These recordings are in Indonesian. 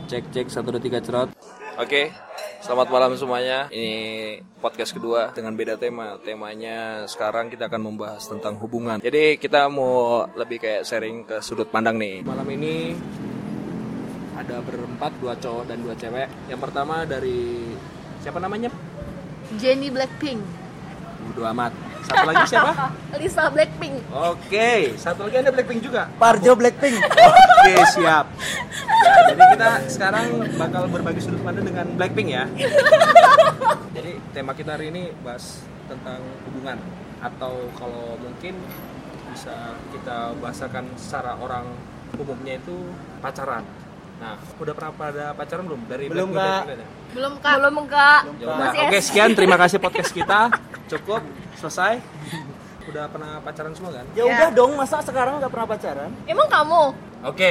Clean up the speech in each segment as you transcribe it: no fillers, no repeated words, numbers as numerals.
Cek 1 2 3 cerot. Oke, selamat malam semuanya. Ini podcast kedua dengan beda tema. Temanya sekarang kita akan membahas tentang hubungan. Jadi kita mau lebih kayak sharing ke sudut pandang nih. Malam ini ada berempat, 2 cowok dan 2 cewek. Yang pertama dari siapa namanya? Jennie Blackpink. Bodo amat. Satu lagi siapa? Lisa Blackpink. Oke, satu lagi ada Blackpink juga. Parjo Blackpink. Oke, siap. Ya, jadi kita sekarang bakal berbagi sudut pandang dengan Blackpink ya. Jadi tema kita hari ini bahas tentang hubungan, atau kalau mungkin bisa kita bahasakan secara orang umumnya itu pacaran. Nah, udah pernah pada pacaran belum? Dari Belum, Blackpink? Belum Kak. Ya udah. Oke, sekian, terima kasih podcast kita. Cukup, selesai. Udah pernah pacaran semua kan? Ya udah dong, masa sekarang nggak pernah pacaran? Emang kamu? Oke.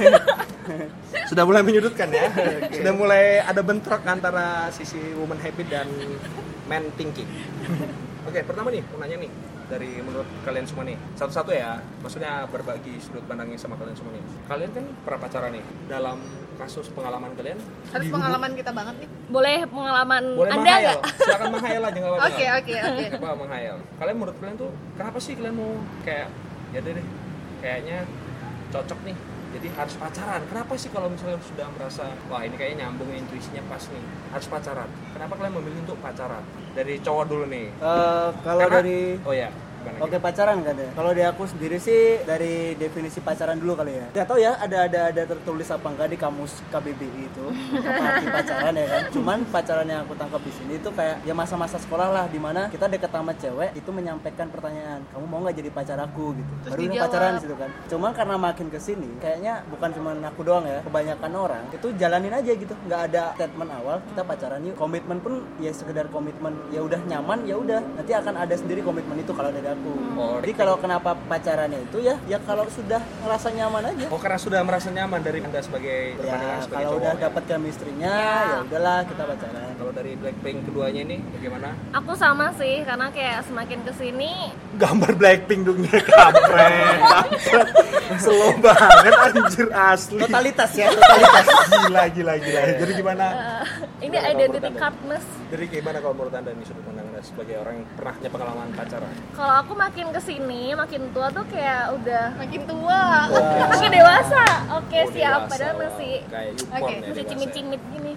Sudah mulai menyudutkan ya. Sudah mulai ada bentrok antara sisi woman habit dan man thinking. Oke, pertama nih, mau nanya nih, dari menurut kalian semua nih, satu-satu ya, maksudnya berbagi sudut pandangnya sama kalian semua nih. Kalian kan pernah pacaran nih, dalam kasus pengalaman kalian? Harus pengalaman kita banget nih. Boleh pengalaman Boleh Anda menghayal, nggak? silakan menghayal aja, nggak apa-apa. Oke. Apa menghayal? Kalian menurut kalian tuh, kenapa sih kalian mau kayak, ya deh, kayaknya cocok nih, jadi harus pacaran. Kenapa sih kalau misalnya sudah merasa, wah ini kayaknya nyambung, intuisinya pas nih, harus pacaran. Kenapa kalian memilih untuk pacaran? Dari cowok dulu nih. Kalau dari Oh ya, gimana? Oke, pacaran kan ya. Kalau di aku sendiri sih dari definisi pacaran dulu kali ya. Gak tau ya ada tertulis apa enggak di kamus KBBI itu apa arti pacaran ya kan. Cuman pacaran yang aku tangkap di sini itu kayak ya masa-masa sekolah lah, dimana kita deket sama cewek itu menyampaikan pertanyaan, kamu mau nggak jadi pacar aku gitu. Terus Baru dijawab. pacaran di situ kan. Cuman karena makin kesini kayaknya bukan cuma aku doang ya, kebanyakan orang itu jalanin aja gitu. Nggak ada statement awal kita pacaran yuk. Komitmen pun ya sekedar komitmen, ya udah nyaman ya udah, nanti akan ada sendiri komitmen itu kalau dari aku. Jadi kalau kenapa pacarannya itu ya kalau sudah ngerasa nyaman aja. Oh, karena sudah merasa nyaman dari Anda sebagai perbandingan Ya sebagai kalau cowok udah ya. dapat chemistry-nya ya udahlah kita pacaran. Kalau dari Blackpink keduanya ini bagaimana? Aku sama sih, karena kayak semakin kesini Gambar Blackpink dongnya kampret. Slow banget anjir, asli. Totalitas ya, totalitas. Gila. Jadi gimana? ini Gimana kalau identity menurut card mas. Jadi gimana kalau menurut Anda nih sudut pandang Anda sebagai orang yang pernah punya pengalaman pacaran? Kalau aku makin kesini, makin tua tuh kayak udah Makin tua. makin dewasa. Oke, Oh, siap. dewasa. Padahal masih Kayak YouPorn Oke, ya, masih dewasa. cimit-cimit gini.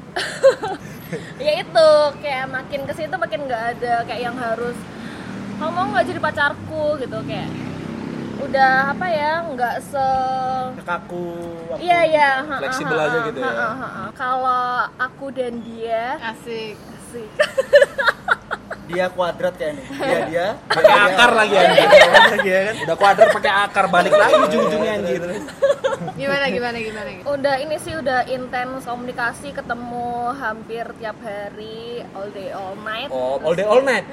Ya itu, kayak makin kesini tuh makin nggak ada kayak yang harus kamu mau nggak jadi pacarku gitu, kayak udah apa ya, nggak se Kaku. iya Fleksibel aja gitu ya. Kalau aku dan dia Asik. sih Dia kuadrat kayak nih. Dia Pakai akar lagi anjir. Dia kan. Udah kuadrat pakai akar, balik lagi ujung-ujungnya anjir. Gimana? udah ini sih udah intens komunikasi, ketemu hampir tiap hari, all day all night. Oh, all day all night.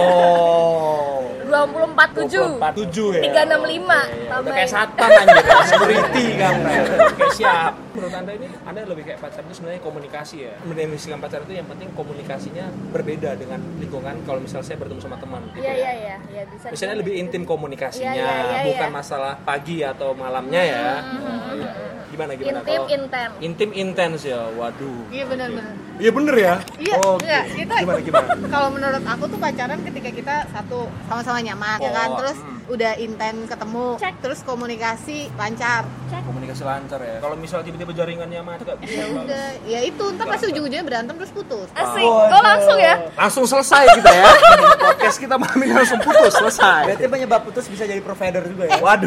Oh. 24/7 7 ya. 365 Udah kayak satpam anjir, security kan. Oke, siap. Menurut Anda ini Anda lebih kayak pacaran itu sebenarnya komunikasi ya. Mendefinisikan pacaran itu yang penting komunikasinya berbeda dengan lingkungan. Kalau misalnya saya bertemu sama teman gitu Iya bisa. Misalnya lebih intim komunikasinya, Iya, bukan iya. masalah pagi atau malamnya ya. Oh, iya. Gimana? Intim Kalau intens. intim intens ya. Waduh. Iya benar. Iya bener ya. Iya, Oh, enggak, oke. kita Gimana? kalau menurut aku tuh pacaran ketika kita satu sama-sama nyaman ya kan, Oh, terus udah intens ketemu, terus komunikasi lancar. Komunikasi lancar ya. Kalau misalnya tiba-tiba jaringannya mati nggak bisa. Ya udah, ya itu ntar pasti ujung-ujungnya berantem terus putus. Asik. Oh langsung ya. Langsung selesai kita ya. Podcast kita malam ini langsung putus, selesai. Berarti penyebab putus bisa jadi provider juga ya. Waduh.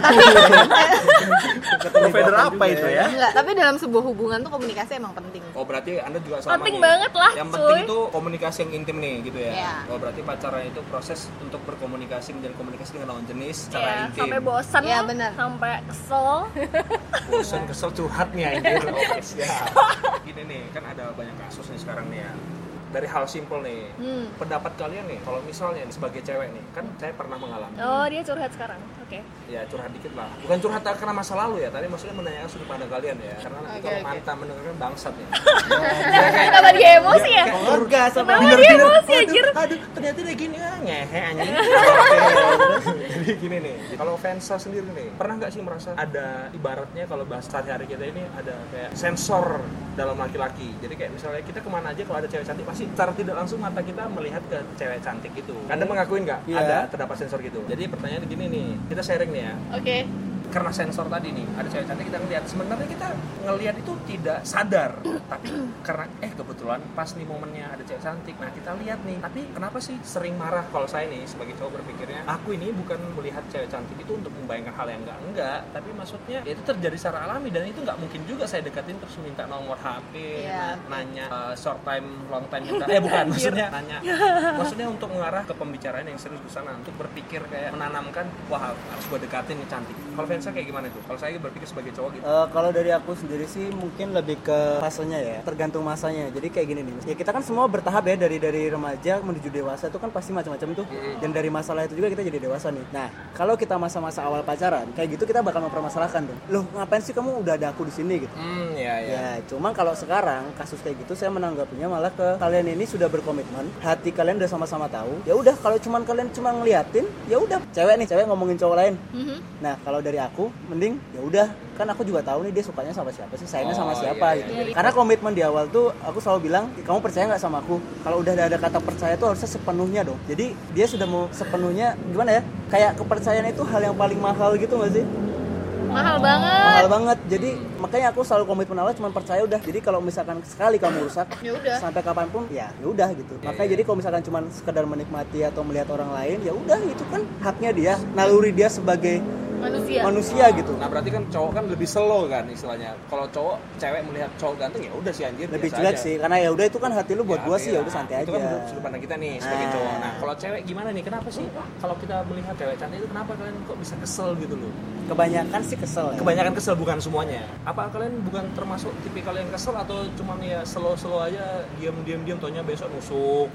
Provider apa itu ya? Enggak, tapi dalam sebuah hubungan tuh komunikasi emang penting. Oh, berarti Anda juga sama Penting nih. banget lah, Yang penting cuy. itu komunikasi yang intim nih gitu ya. Iya. Oh, berarti pacaran itu proses untuk berkomunikasi dan komunikasi dengan lawan jenis secara Ya, intim. sampai bosan, Iya, benar. sampai kesel. Bosan, kesel, curhat nih anjir. Oke, siap. Gini nih, kan ada banyak kasus nih sekarang nih ya. Dari hal simpel nih, pendapat kalian nih, kalau misalnya sebagai cewek nih, kan saya pernah mengalami. Oh dia curhat sekarang. Oke. Ya curhat dikit lah, bukan curhat karena masa lalu ya, tadi maksudnya menanyakan sudut pandang kalian ya, karena nanti Oke, kalau oke. mantan mendengarkan bangsat ya. Kenapa dia emosi ya? Orgas sama Kenapa dia emosi anjir? Aduh, ternyata udah gini ngehe anjing. Jadi gini nih, kalau Vensa sendiri nih, pernah nggak sih merasa ada ibaratnya kalau bahas sehari-hari kita ini ada kayak sensor dalam laki-laki. Jadi kayak misalnya kita kemana aja kalau ada cewek cantik pasti secara tidak langsung mata kita melihat ke cewek cantik itu. Anda mengakuin nggak? Iya. Ada terdapat sensor gitu. Jadi pertanyaan gini nih, kita sharing nih ya. Oke. Karena sensor tadi nih, ada cewek cantik kita ngeliat. Sebenarnya kita ngeliat itu tidak sadar, tapi karena kebetulan pas nih momennya ada cewek cantik, nah kita lihat nih. Tapi kenapa sih sering marah kalau saya nih sebagai cowok berpikirnya, aku ini bukan melihat cewek cantik itu untuk membayangkan hal yang enggak, tapi maksudnya ya itu terjadi secara alami dan itu nggak mungkin juga saya deketin terus minta nomor HP, Iya. nanya short time, long time minta. Bukan, maksudnya nanya. Maksudnya untuk mengarah ke pembicaraan yang serius ke sana, untuk berpikir kayak menanamkan, wah harus gue dekatin nih cantik. Kalau Vanessa kayak gimana tuh? Kalau saya berpikir sebagai cowok gitu. Kalau dari aku sendiri sih mungkin lebih ke fasenya ya, tergantung masanya. Jadi kayak gini nih, ya kita kan semua bertahap ya dari remaja menuju dewasa itu kan pasti macam-macam tuh. Dan dari masalah itu juga kita jadi dewasa nih. Nah, kalau kita masa-masa awal pacaran, kayak gitu kita bakal mempermasalahkan dong. Loh, ngapain sih kamu udah ada aku di sini gitu? Ya. Ya, cuman kalau sekarang kasus kayak gitu saya menanggapinya malah ke kalian ini sudah berkomitmen, hati kalian udah sama-sama tahu. Ya udah, kalau cuman kalian cuma ngeliatin, ya udah. Cewek ngomongin cowok lain. Nah, kalau dari aku mending ya udah, kan aku juga tahu nih dia sukanya sama siapa sih, sayangnya sama siapa gitu. Karena komitmen di awal tuh aku selalu bilang, kamu percaya nggak sama aku? Kalau udah ada kata percaya tuh harusnya sepenuhnya dong. Jadi dia sudah mau sepenuhnya, gimana ya? Kayak kepercayaan itu hal yang paling mahal gitu nggak sih? Mahal banget. Mahal banget. Jadi makanya aku selalu komitmen awal cuma percaya udah. Jadi kalau misalkan sekali kamu rusak, Ya udah. sampai kapanpun ya udah gitu. Makanya jadi kalau misalkan cuma sekedar menikmati atau melihat orang lain, ya udah itu kan haknya dia, naluri dia sebagai manusia gitu. Nah berarti kan cowok kan lebih slow kan istilahnya. Kalau cowok, cewek melihat cowok ganteng ya udah sih anjir. Lebih biasa cuek aja. sih, karena ya udah itu kan hati lu buat Ya, gua sih, iya. ya udah santai aja. Itu kan menurut sudut pandang kita nih sebagai Nah. cowok. Nah kalau cewek gimana nih? Kenapa sih kalau kita melihat cewek cantik itu kenapa kalian kok bisa kesel gitu loh? Kebanyakan sih kesel ya. Kebanyakan kesel, bukan semuanya. Apa kalian bukan termasuk tipikal yang kesel atau cuman ya slow aja, diam taunya besok nusuk,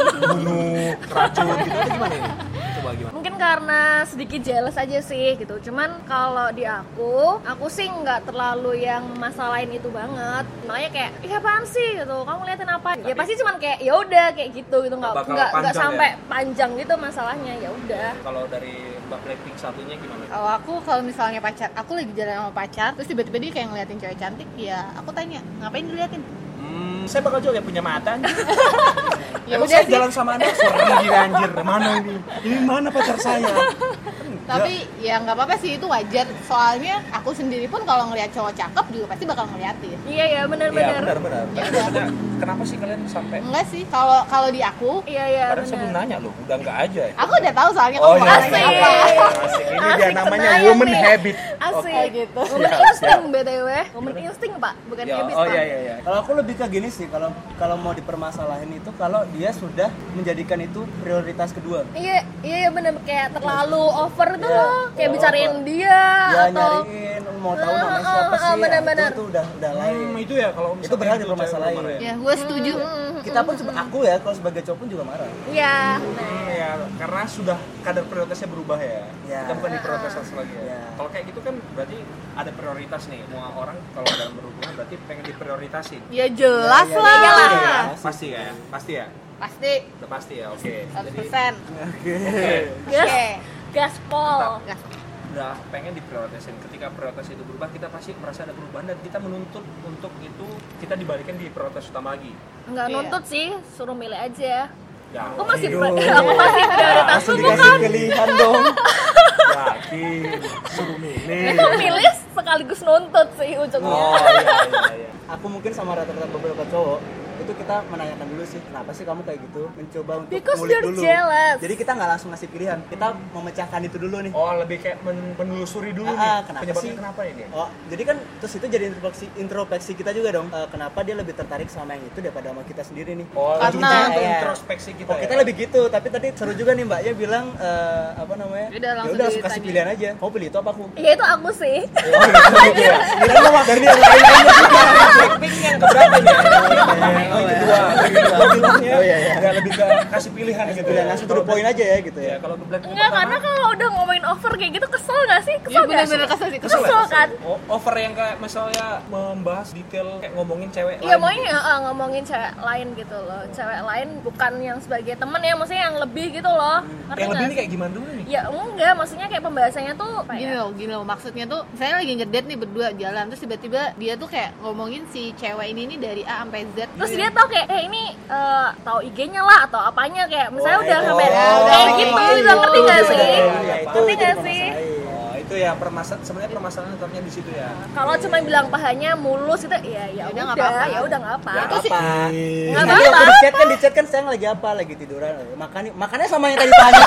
bunuh, keracun gitu atau gimana ini? Coba gimana? Mungkin karena sedikit jealous aja sih gitu. Cuman kalau di aku sih nggak terlalu yang masalahin itu banget. Makanya kayak, ih apaan sih gitu, kamu liatin apa? Ya pasti cuman kayak ya udah kayak gitu nggak Bakal nggak panjang sampai ya? panjang gitu masalahnya, ya udah. Kalau dari Mbak Blackpink satunya gimana? Kalau aku misalnya pacar, aku lagi jalan sama pacar, terus tiba-tiba dia kayak ngeliatin cewek cantik, ya aku tanya, ngapain diliatin? Saya bakal jawab ya punya mata anjir. Ya Emang udah saya sih. jalan sama Anda, suara gila anjir. Mana ini? Ini mana pacar saya? Tapi ya nggak apa-apa sih, itu wajar. Soalnya aku sendiri pun kalau ngeliat cowok cakep juga pasti bakal ngeliatin. Iya Iya benar-benar. benar. Ya Tapi udah. maksudnya kenapa sih kalian sampai? Enggak sih, kalau di aku Padahal saya belum nanya loh, udah enggak aja ya. aku udah tahu soalnya Oh, kamu iya. bakal nanya Asik. apa. Asik. Ini dia Asik, namanya senang woman nih. habit. Asik. Kayak gitu. Woman Siap, instinct BTW. Woman instinct, Pak, bukan Ya, habit. oh Pak. iya. Kalau aku lebih ke gini sih, kalau mau dipermasalahin itu kalau dia sudah menjadikan itu prioritas kedua. Iya bener, kayak terlalu over tuh Iya, loh. Kayak terlalu bicarain over. dia Dia atau nyariin, mau tahu namanya siapa sih, bener-bener. itu udah lain. Itu ya kalau Itu berhak cewek dipermasalahin. marah ya. Ya, gue setuju. Kita pun aku ya kalau sebagai cowok pun juga marah. Iya. Iya, karena sudah kadar prioritasnya berubah ya. Ya. Kita bukan diprioritaskan lagi ya. Ya. Kalau kayak gitu kan berarti ada prioritas nih. Semua orang kalau dalam berhubungan berarti pengen diprioritasin. Ya jelas Ya, ya, lah. ya, Iyalah. ya. Pasti ya. Pasti Udah pasti ya. Oke. Jadi 100%. Oke. Gas, Oke. gaspol. udah pengen diprioritasin. Ketika prioritas itu berubah, kita pasti merasa ada perubahan dan kita menuntut untuk itu kita dibalikin di prioritas utama lagi. Enggak Iya. nuntut sih, suruh milih aja. Ya, Aku masih Aduh. aku masih prioritas Langsung tuh dikasih bukan. pilihan dong. yakin suruh milih. Aku milih sekaligus nuntut sih ujungnya. Oh iya. Aku mungkin sama rata-rata beberapa cowok itu kita menanyakan dulu sih, kenapa sih kamu kayak gitu, mencoba untuk Because ngulik they're dulu. jealous. Jadi kita nggak langsung ngasih pilihan, kita memecahkan itu dulu nih. Oh, lebih kayak menelusuri dulu Kenapa penyebabnya sih? kenapa ini? Oh, jadi kan terus itu jadi introspeksi kita juga dong. Kenapa dia lebih tertarik sama yang itu daripada sama kita sendiri nih? Oh, Karena- ujung-ujungnya tuh Iya. introspeksi kita. Oh, kita lebih gitu, tapi tadi seru juga nih Mbaknya bilang apa namanya? Yaudah, Ya langsung udah langsung kasih ditanya. pilihan aja. Kamu pilih itu apa aku? Iya itu aku sih. Pilihan lo Mak, dari yang lain Blackpink yang keberapa ini? Oh, yang kedua. Bilangnya Oh, iya. nggak lebih ke kasih pilihan gitu. Pilihan langsung to the point aja ya gitu Ya, ya. kalau ke Blackpink Enggak, pertama, karena kalau udah ngomongin over kayak gitu kesel gak sih? Iya Kesel gak bener-bener sih? kesel sih. Kesel kan? over yang kayak misalnya membahas detail kayak ngomongin cewek Iya, lain maunya ngomongin cewek lain gitu loh. Cewek lain bukan yang sebagai temen ya, maksudnya yang lebih gitu loh. Ngerti yang lebih nggak ini kayak gimana dulu nih? Ya enggak, maksudnya kayak pembahasannya tuh apa Gini ya? loh, maksudnya tuh saya lagi ngedate nih berdua jalan, terus tiba-tiba dia tuh kayak ngomongin si cewek ini nih dari A sampai Z. Terus dia tau kayak ini tahu IG-nya lah atau apanya kayak misalnya udah sampai oh, kayak oh, gitu, oh, udah ngerti gak sih? Ya, Ngerti gak sih? Oh, itu ya sebenarnya permasalahan utamanya di situ ya. Kalau cuma bilang pahanya mulus itu ya Udah udah nggak apa-apa. ya udah nggak apa. Ya, Apa? Nggak Nanti apa-apa. waktu di chat kan sayang lagi apa? Lagi tiduran. Makannya sama yang tadi tanya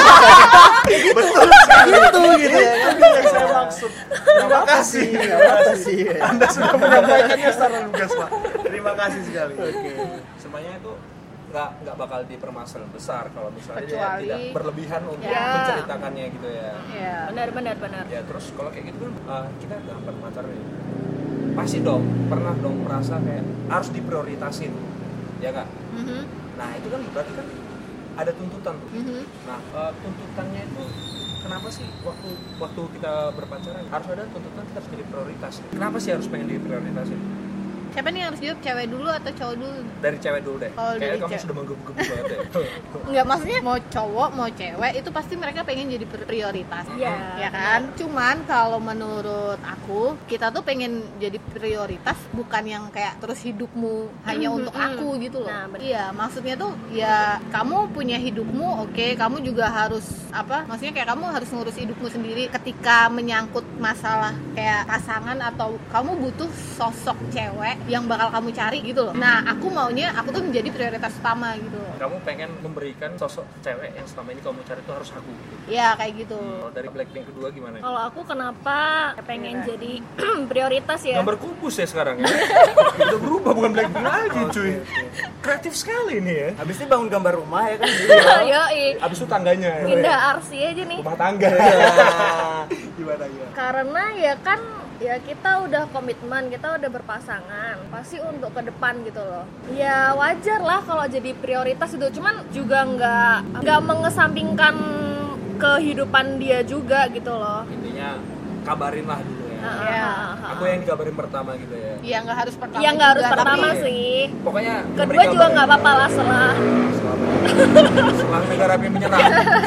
betul gitu ya. Itu yang saya maksud. Terima kasih. Apa sih? Anda sudah menyampaikannya secara lugas, Pak. Terima kasih sekali. Oke. Semuanya itu nggak bakal dipermasalahan besar kalau misalnya dia Kecuali- tidak berlebihan untuk Ya. menceritakannya gitu ya. Iya. Benar. Ya terus kalau kayak gitu kan kita dapat pacar nih. Pasti dong pernah dong merasa kayak harus diprioritasin. Ya nggak? Mhm, Nah, itu kan berarti kan ada tuntutan tuh. mhm. Nah, tuntutannya itu kenapa sih waktu kita berpacaran harus ada tuntutan kita harus jadi prioritas? Kenapa sih harus pengen diprioritasin? Siapa nih yang harus jawab, cewek dulu atau cowok dulu? Dari cewek dulu deh. Oh, dari Kayaknya kamu cewek. sudah menggebu-gebu banget ya. Enggak, maksudnya mau cowok mau cewek itu pasti mereka pengen jadi prioritas. Iya, Ya kan? Cuman kalau menurut aku, kita tuh pengen jadi prioritas bukan yang kayak terus hidupmu hanya untuk aku gitu loh. Nah, bener. Iya, maksudnya tuh ya kamu punya hidupmu, oke, kamu juga harus apa? Maksudnya kayak kamu harus ngurus hidupmu sendiri ketika menyangkut masalah kayak pasangan atau kamu butuh sosok cewek yang bakal kamu cari gitu loh. Nah, aku maunya aku tuh menjadi prioritas utama gitu loh. Kamu pengen memberikan sosok cewek yang selama ini kamu cari itu harus aku. Ya kayak gitu. Kalau dari Blackpink kedua gimana? Kalau aku kenapa pengen jadi prioritas ya? Gambar kubus ya sekarang ya. Udah berubah bukan Blackpink lagi, cuy. Kreatif sekali ini ya. Habis ini bangun gambar rumah ya kan. Yoi. Abis itu tangganya. Indah Arsi aja nih. Rumah tangga. Gimana ya? Karena ya kan ya kita udah komitmen, kita udah berpasangan, pasti untuk ke depan gitu loh. Ya wajar lah kalau jadi prioritas itu, cuman juga nggak mengesampingkan kehidupan dia juga gitu loh. Intinya kabarin lah dulu ya. Iya. Aku yang dikabarin pertama gitu ya. Iya, nggak harus pertama. Ya nggak harus juga, pertama tapi- sih. Pokoknya Kedua juga nggak apa-apa lah setelah negara api menyerang.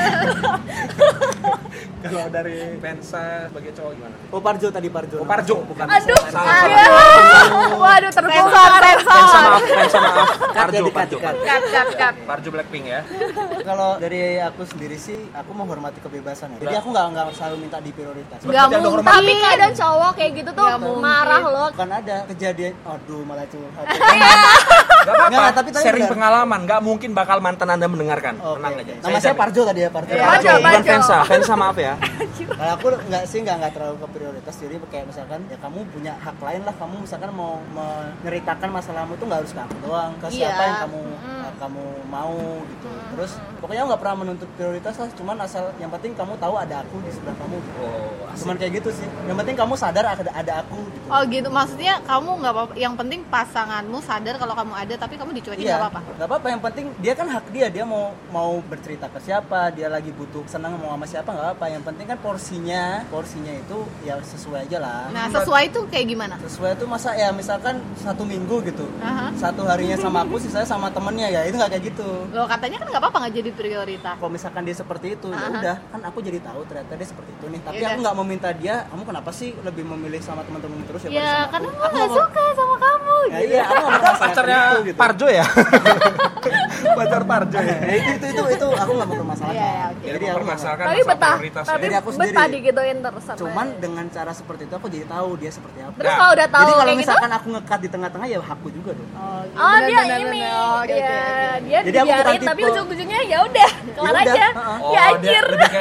Kalau dari Pensa sebagai cowok gimana? Oh Parjo tadi Parjo. Oh, Parjo bukan. Aduh, Salah. waduh terbongkar. Pensa maaf. Parjo. Cut. Parjo Blackpink ya. Kalau dari aku sendiri sih, aku menghormati kebebasan ya. Jadi aku nggak selalu minta di prioritas. Nggak Berarti ada mungkin. hormat. Tapi kadang cowok kayak gitu tuh Nggak mungkin. marah loh. Kan ada kejadian, aduh malah curhat. Gak apa-apa, Nggak, tapi tadi sharing benar. pengalaman, gak mungkin bakal mantan Anda mendengarkan. Oke. Tenang aja. Nama saya Parjo tadi ya, Parjo. Iya. Parjo, Parjo, bukan Parjo. Pensa. Pensa maaf ya. Kalau aku nggak terlalu ke prioritas, jadi kayak misalkan ya kamu punya hak lain lah, kamu misalkan mau menceritakan masalahmu tuh nggak harus ke aku doang, ke Iya. siapa yang kamu mau gitu. Terus pokoknya nggak pernah menuntut prioritas lah, cuman asal yang penting kamu tahu ada aku di sebelah kamu. Oh, Cuman kayak gitu sih. Yang penting kamu sadar ada aku gitu. Oh gitu, maksudnya kamu nggak apa-apa. Yang penting pasanganmu sadar kalau kamu ada, tapi kamu dicuekin nggak apa-apa. Nggak apa-apa, yang penting dia kan hak dia mau bercerita ke siapa, dia lagi butuh senang mau sama siapa nggak apa. Yang penting kan porsinya itu ya sesuai aja lah. Nah, sesuai itu kayak gimana? Sesuai itu masa ya misalkan 1 minggu gitu, Aha. 1 harinya sama aku, sisanya sama temennya, ya itu nggak kayak gitu. Loh, katanya kan nggak apa-apa nggak jadi prioritas. Kalau misalkan dia seperti itu, ya Aha. udah kan aku jadi tahu ternyata dia seperti itu nih. Tapi Yaudah. aku nggak meminta dia, kamu kenapa sih lebih memilih sama teman-teman terus ya Ya, sama karena aku? gue nggak suka sama kamu. Ya, iya, aku nggak mempermasalahkan pacarnya itu, gitu. Parjo ya? Pacar Parjo ya? Ya, itu aku nggak mempermasalahkan. Iya, iya, oke. Jadi Jadi aku mempermasalahkan Tapi masalah betah, prioritas tapi ya? Jadi aku betah sendiri. digituin terus sama. Cuman dengan cara seperti itu aku jadi tahu dia seperti apa. Terus Nah, kalau udah tahu Jadi kalau kayak gitu, misalkan aku nge-cut di tengah-tengah ya hakku juga dong. Oh, oh dia bener, ini, bener. Oh, oke, ya oke, oke. dia Jadi aku bukan dibiarin tapi tipe- ujung-ujungnya ya udah kelar udah, aja. heeh. Oh, Ya dia anjir. lebih kayak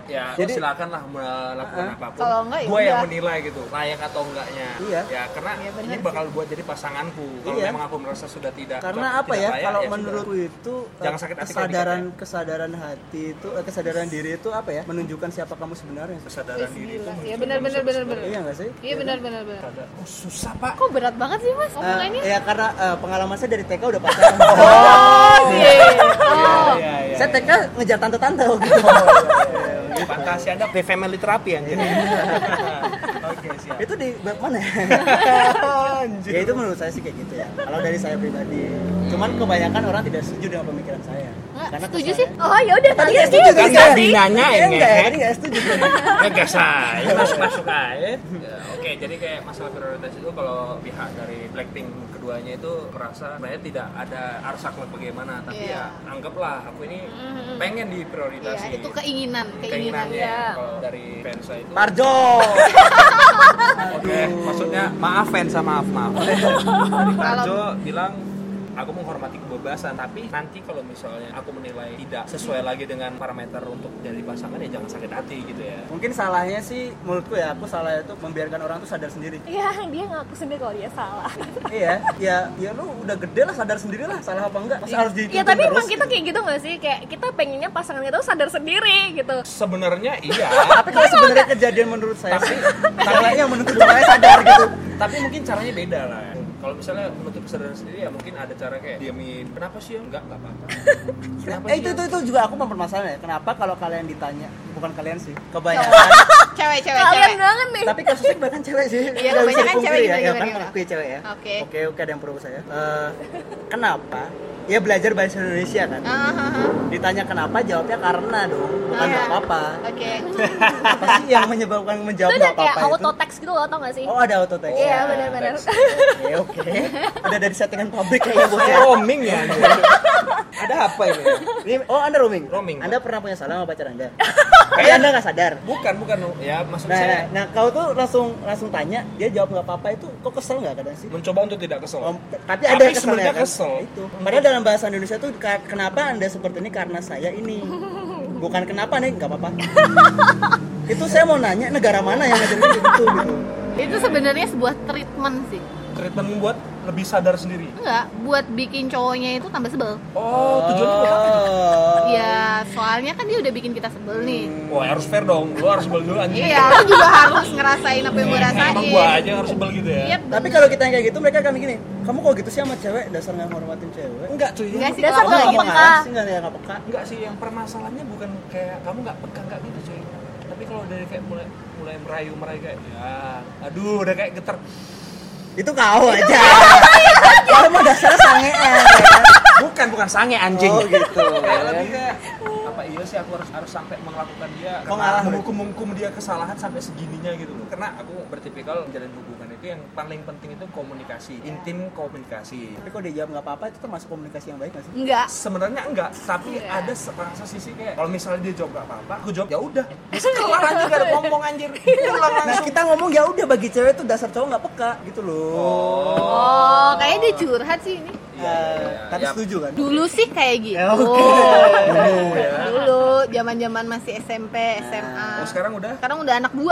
Ya, Jadi- silakan lah melakukan apapun. Kalau enggak, ya Gue yang udah. menilai gitu, layak atau enggaknya. Iya. Ya, karena Iya, benar ini sih. bakal buat jadi pasanganku. Kalau Iya. memang aku merasa sudah tidak Karena apa tidak ya, layak, kalau ya sudah. menurutku itu Jangan sakit hati kalau kesadaran hati itu kesadaran diri itu apa ya, menunjukkan siapa kamu sebenarnya. kesadaran diri itu Iya benar. Iya nggak sih? Iya benar. Oh, susah, Pak. Kok berat banget sih mas omongannya? Ya karena pengalaman saya dari TK udah pacaran. Oh iya. Oh. Iya, iya. Saya TK ngejar tante-tante gitu. Fantasi Anda pre-family terapi anjir. Oke, siap. Itu di web mana ya? Ya itu menurut saya sih kayak gitu ya. Kalau dari saya pribadi. Cuman kebanyakan orang tidak setuju dengan pemikiran saya. Nggak setuju kesannya- sih? Oh ya udah tadi nggak sih setuju, Kan Iya. tadi nanyain, Iya, enggak, ngehe. tadi nggak setuju. Gas aja, masuk aja. Ya, oke, jadi kayak masalah prioritas itu kalau pihak dari Blackpink keduanya itu merasa sebenarnya tidak ada arsak bagaimana, tapi Iya. ya anggaplah aku ini pengen diprioritasi. Iya, itu keinginan. Keinginannya. Iya. Kalau dari fans saya itu. Parjo. Oke, maksudnya maaf fans sama maaf. Tadi Parjo bilang aku menghormati kebebasan, tapi nanti kalau misalnya aku menilai tidak sesuai lagi dengan parameter untuk jadi pasangan ya jangan sakit hati gitu ya. Mungkin salahnya sih menurutku ya, aku salah itu membiarkan orang tuh sadar sendiri. Iya, dia ngaku sendiri kalau dia salah. Iya, ya lu udah gede lah, sadar sendiri lah salah apa enggak. Masa harus dituntun Ya tapi terus emang kita gitu. kayak gitu nggak sih? Kayak kita pengennya pasangan kita tuh sadar sendiri gitu. Sebenarnya iya. Tapi kalau sebenarnya kejadian menurut saya sih, salahnya yang menuntut supaya sadar gitu. Tapi mungkin caranya beda lah. Kalau misalnya menutup kesadaran sendiri ya mungkin ada cara kayak diamin. Kenapa sih ya? Enggak apa-apa. Kenapa sih? Itu juga aku mempermasalahan ya. Kenapa kalau kalian ditanya, bukan kalian sih, kebanyakan. Cewek. Kalian banget nih. Tapi kasusnya kebanyakan cewek sih. Iya, Nggak bisa kebanyakan dipungkiri cewek, ya. Ya gimana, kan gimana? aku ya cewek ya. Oke. Oke, ada yang pro saya. Kenapa? Ya belajar bahasa Indonesia kan. Ditanya kenapa, jawabnya karena dong, bukan Iya. nggak apa-apa. Oke. Apa sih yang menyebabkan menjawab Itu nggak udah kayak apa-apa itu? auto text gitu loh, tau gak sih? Oh, ada auto text. Iya, benar-benar. Oke. Udah dari settingan pabrik kayaknya bos ya. Roaming ya. Ada apa ini? Oh, Anda roaming? Roaming, Anda pernah punya salah sama pacar Anda? Kayak Anda nggak sadar. Bukan. Ya maksud Nah, saya nah, kau tuh langsung tanya, dia jawab nggak apa-apa itu, kok kesel nggak kadang sih? mencoba untuk tidak kesel. Tapi ada keselnya sebenarnya kan? kesel. Itu. Padahal dalam bahasa Indonesia tuh kenapa Anda seperti ini karena saya ini. Bukan kenapa nih, nggak apa-apa. Itu saya mau nanya negara mana yang ngajarin gitu. Itu sebenarnya sebuah treatment sih. Treatment membuat lebih sadar sendiri. Enggak, buat bikin cowoknya itu tambah sebel. Oh, tujuannya buat apa? Ya, soalnya kan dia udah bikin kita sebel nih. Wah, harus fair dong. Lu harus sebel dulu anjing. Iya, lu juga harus ngerasain apa yang gue rasain. Emang gua aja yang harus sebel gitu ya. Yep, Tapi kalau kita yang kayak gitu, mereka akan gini, kamu kok gitu sih sama cewek, dasar nggak hormatin cewek. Enggak cuy. Enggak sih, Dasar kalau nggak gitu. peka. Sih nggak peka. Enggak sih, yang permasalahannya bukan kayak kamu nggak peka nggak gitu cuy. Tapi kalau dari kayak mulai merayu kayak ya, aduh udah kayak geter. Itu kau aja. Kau mah dasarnya sangean ya kan? Bukan sange anjing. Oh gitu. Kayak lebih kayak apa iya sih aku harus sampai melakukan dia Kok ngalah, menghukum dia kesalahan sampai segininya gitu loh. Karena aku bertipikal menjalin hubungan itu yang paling penting itu komunikasi, intim komunikasi. Tapi kok dia jawab nggak apa-apa, itu termasuk komunikasi yang baik nggak sih? Enggak. Sebenarnya enggak, tapi ada rasa sisi kayak kalau misalnya dia jawab gak apa-apa, aku jawab ya udah. Bisa kelar anjir, gak ada ngomong anjir. Pulang Nah langsung. kita ngomong ya udah, bagi cewek tuh dasar cowok nggak peka gitu loh. Oh, kayaknya dia curhat sih ini. Tapi Ya. setuju kan? Dulu sih kayak gitu. Oke. Dulu zaman-zaman masih SMP, SMA. Oh, sekarang udah Sekarang udah anak 2.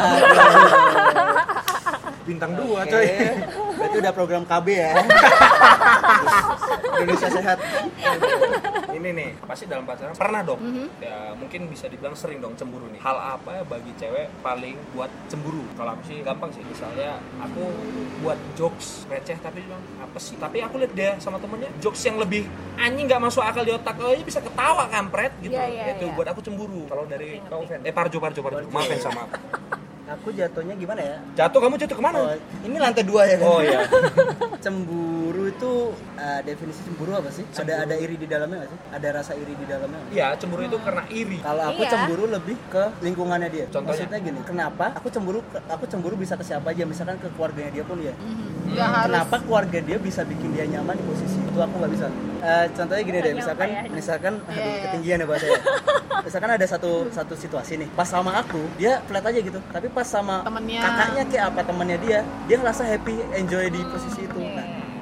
bintang 2 Oke. coy. Berarti udah program KB ya. Indonesia sehat. Ini nih, pasti dalam pacaran pernah dong. Ya, mungkin bisa dibilang sering dong cemburu nih. Hal apa ya bagi cewek paling buat cemburu? Kalau aku sih gampang sih. Misalnya aku buat jokes receh tapi bilang apa sih? Tapi aku lihat dia sama temennya jokes yang lebih anjing nggak masuk akal di otak. Oh, ini bisa ketawa kampret gitu. Iya, Itu iya. buat aku cemburu. Kalau dari kau Fen. Parjo. Maafin sama aku. Aku jatuhnya gimana ya? Kamu jatuh kemana? Oh, ini lantai 2 ya kan? Oh iya. Cemburu itu definisi cemburu apa sih? Ada iri di dalamnya nggak sih? Ada rasa iri di dalamnya nggak sih? Iya, cemburu itu karena iri. Kalau aku Iya. cemburu lebih ke lingkungannya dia. Contohnya? Maksudnya gini, kenapa aku cemburu bisa ke siapa aja, misalkan ke keluarganya dia pun ya. Enggak harus. Kenapa keluarga dia bisa bikin dia nyaman di posisi itu, aku nggak bisa. Contohnya gini deh, misalkan aduh, Iya. ketinggian ya bahasanya. Misalkan ada satu situasi nih, pas sama aku dia flat aja gitu, tapi pas sama Temennya. kakaknya kayak apa temannya dia ngerasa happy, enjoy di posisi itu. Nah,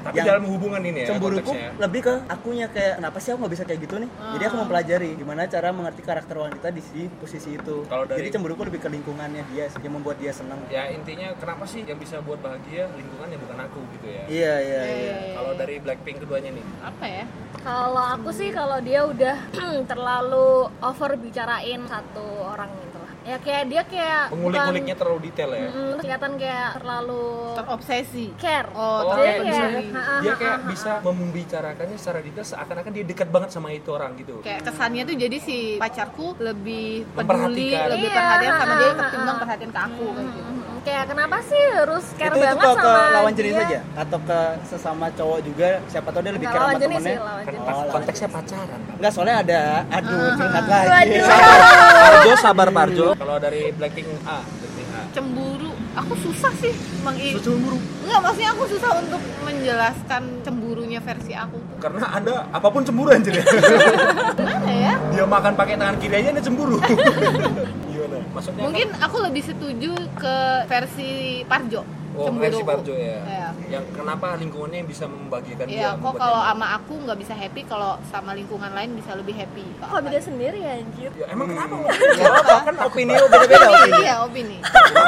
Tapi dalam hubungan ini ya cemburuku konteksnya. lebih ke akunya, kayak kenapa sih aku nggak bisa kayak gitu nih. Jadi aku mempelajari gimana cara mengerti karakter wanita di posisi itu. Jadi cemburuku lebih ke lingkungannya dia sih, yang membuat dia senang. Ya intinya kenapa sih yang bisa buat bahagia lingkungannya bukan aku gitu ya. Iya. Kalau dari Blackpink keduanya nih Apa ya? Kalau aku sih kalau dia udah terlalu over bicarain satu orang gitu lah. Ya kayak dia kayak pengulik-nguliknya terlalu detail ya. terus kelihatan kayak terlalu Terobsesi. care. Oh, Dia terobsesi. Dia kayak bisa membicarakannya secara detail seakan-akan dia dekat banget sama itu orang gitu. Kayak kesannya tuh jadi si pacarku lebih peduli, Memperhatikan. lebih Iya, perhatian sama dia ketimbang perhatian ke aku kayak gitu. Kayak kenapa sih harus care Itu banget ke sama lawan jenis dia? aja atau ke sesama cowok juga, siapa tahu dia lebih care Lawan sama jenis temennya. sih, lawan Kan jenis. konteksnya pacaran. Enggak, soalnya ada curhat lagi. Waduh. Parjo sabar Parjo. Kalau dari Blackpink A. Cemburu, aku susah sih Cemburu. Enggak, maksudnya aku susah untuk menjelaskan cemburunya versi aku tuh. Karena Anda apapun cemburu anjir ya. Gimana ya? Dia makan pakai tangan kiri aja Anda cemburu. Gimana? Maksudnya Mungkin aku lebih setuju ke versi Parjo. versi Parjo ya. Iya. Yang kenapa lingkungannya yang bisa membagikan dia. Iya, kok membuat kalau dia- sama aku nggak bisa happy, kalau sama lingkungan lain bisa lebih happy. Kok beda sendiri ya anjir? Ya, emang kenapa? Ya apa, kan opini beda-beda opini. Iya, opini.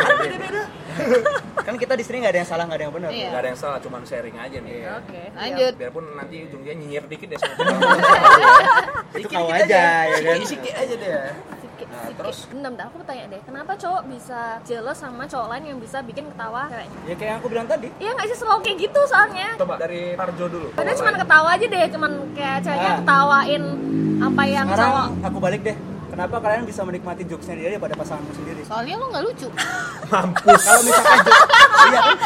Kan kita di sini nggak ada yang salah, nggak ada yang benar. Iya. Gak ada yang salah, cuman sharing aja nih. Oke. Lanjut. Biarpun nanti ujungnya nyinyir dikit ya sama Itu kau aja ya kan. Sikit aja deh. Nah, Terus Bentar, aku bertanya deh, kenapa cowok bisa jealous sama cowok lain yang bisa bikin ketawa ceweknya? Ya kayak yang aku bilang tadi. Iya nggak sih, selalu kayak gitu soalnya. coba dari Parjo dulu. Padahal cuma ketawa aja deh, cuman kayak ceweknya ketawain apa yang cowok. Sekarang aku balik deh. Kenapa kalian bisa menikmati jokesnya dia daripada pasanganmu sendiri? Soalnya lo nggak lucu. Mampus. Kalau misalkan iya kan?